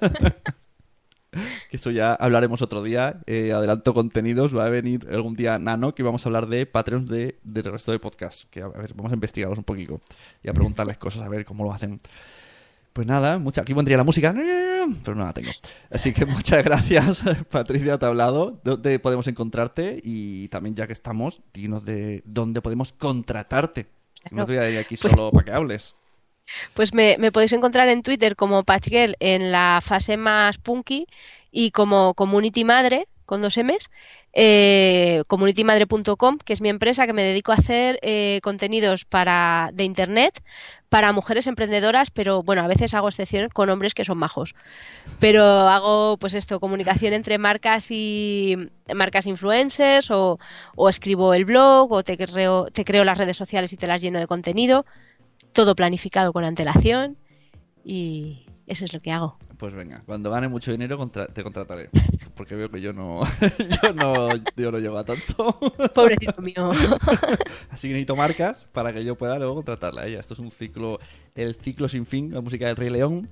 Que eso ya hablaremos otro día. Adelanto contenidos. Va a venir algún día Nano que vamos a hablar de Patreons del resto de podcasts. Que a ver, vamos a investigarlos un poquito y a preguntarles cosas, a ver cómo lo hacen. Pues nada, aquí pondría la música, pero no la tengo. Así que muchas gracias, Patricia Tablado. ¿Dónde podemos encontrarte? Y también, ya que estamos, dinos de dónde podemos contratarte. No te voy a ir aquí Pues, solo para que hables. pues me podéis encontrar en Twitter como Patchgirl en la fase más punky y como Community Madre, con 2 M's, communitymadre.com, que es mi empresa que me dedico a hacer contenidos de internet para mujeres emprendedoras, pero bueno, a veces hago excepciones con hombres que son majos. Pero hago pues esto, comunicación entre marcas y marcas influencers o escribo el blog o te creo las redes sociales y te las lleno de contenido, todo planificado con antelación y eso es lo que hago. Pues venga, cuando gane mucho dinero te contrataré. Porque veo que yo no yo no llego a tanto. Pobrecito mío. Así que necesito marcas para que yo pueda luego contratarla a ella. Esto es un ciclo, el ciclo sin fin, la música del Rey León.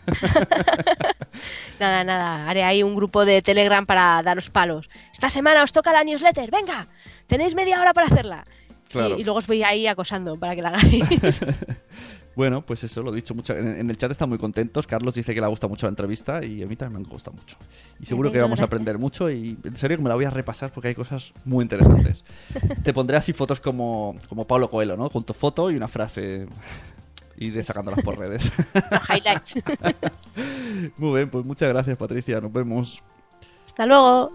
Nada, haré ahí un grupo de Telegram para daros palos. Esta semana os toca la newsletter, venga, tenéis media hora para hacerla. Claro. Y luego os voy ahí acosando para que la hagáis. Bueno, pues eso, lo he dicho mucho. En el chat están muy contentos. Carlos dice que le ha gustado mucho la entrevista y a mí también me ha gustado mucho. Y seguro que vamos a aprender mucho y en serio que me la voy a repasar porque hay cosas muy interesantes. Te pondré así fotos como Pablo Coelho, ¿no? Con tu foto y una frase y sacándolas por redes. Los highlights. Muy bien, pues muchas gracias, Patricia. Nos vemos. Hasta luego.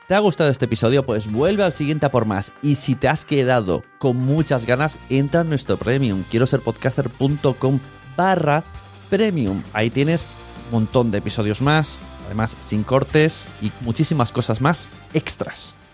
¿Te ha gustado este episodio? Pues vuelve al siguiente a por más. Y si te has quedado con muchas ganas, entra en nuestro Premium. Quiero ser podcaster.com/premium. Ahí tienes un montón de episodios más, además sin cortes y muchísimas cosas más extras.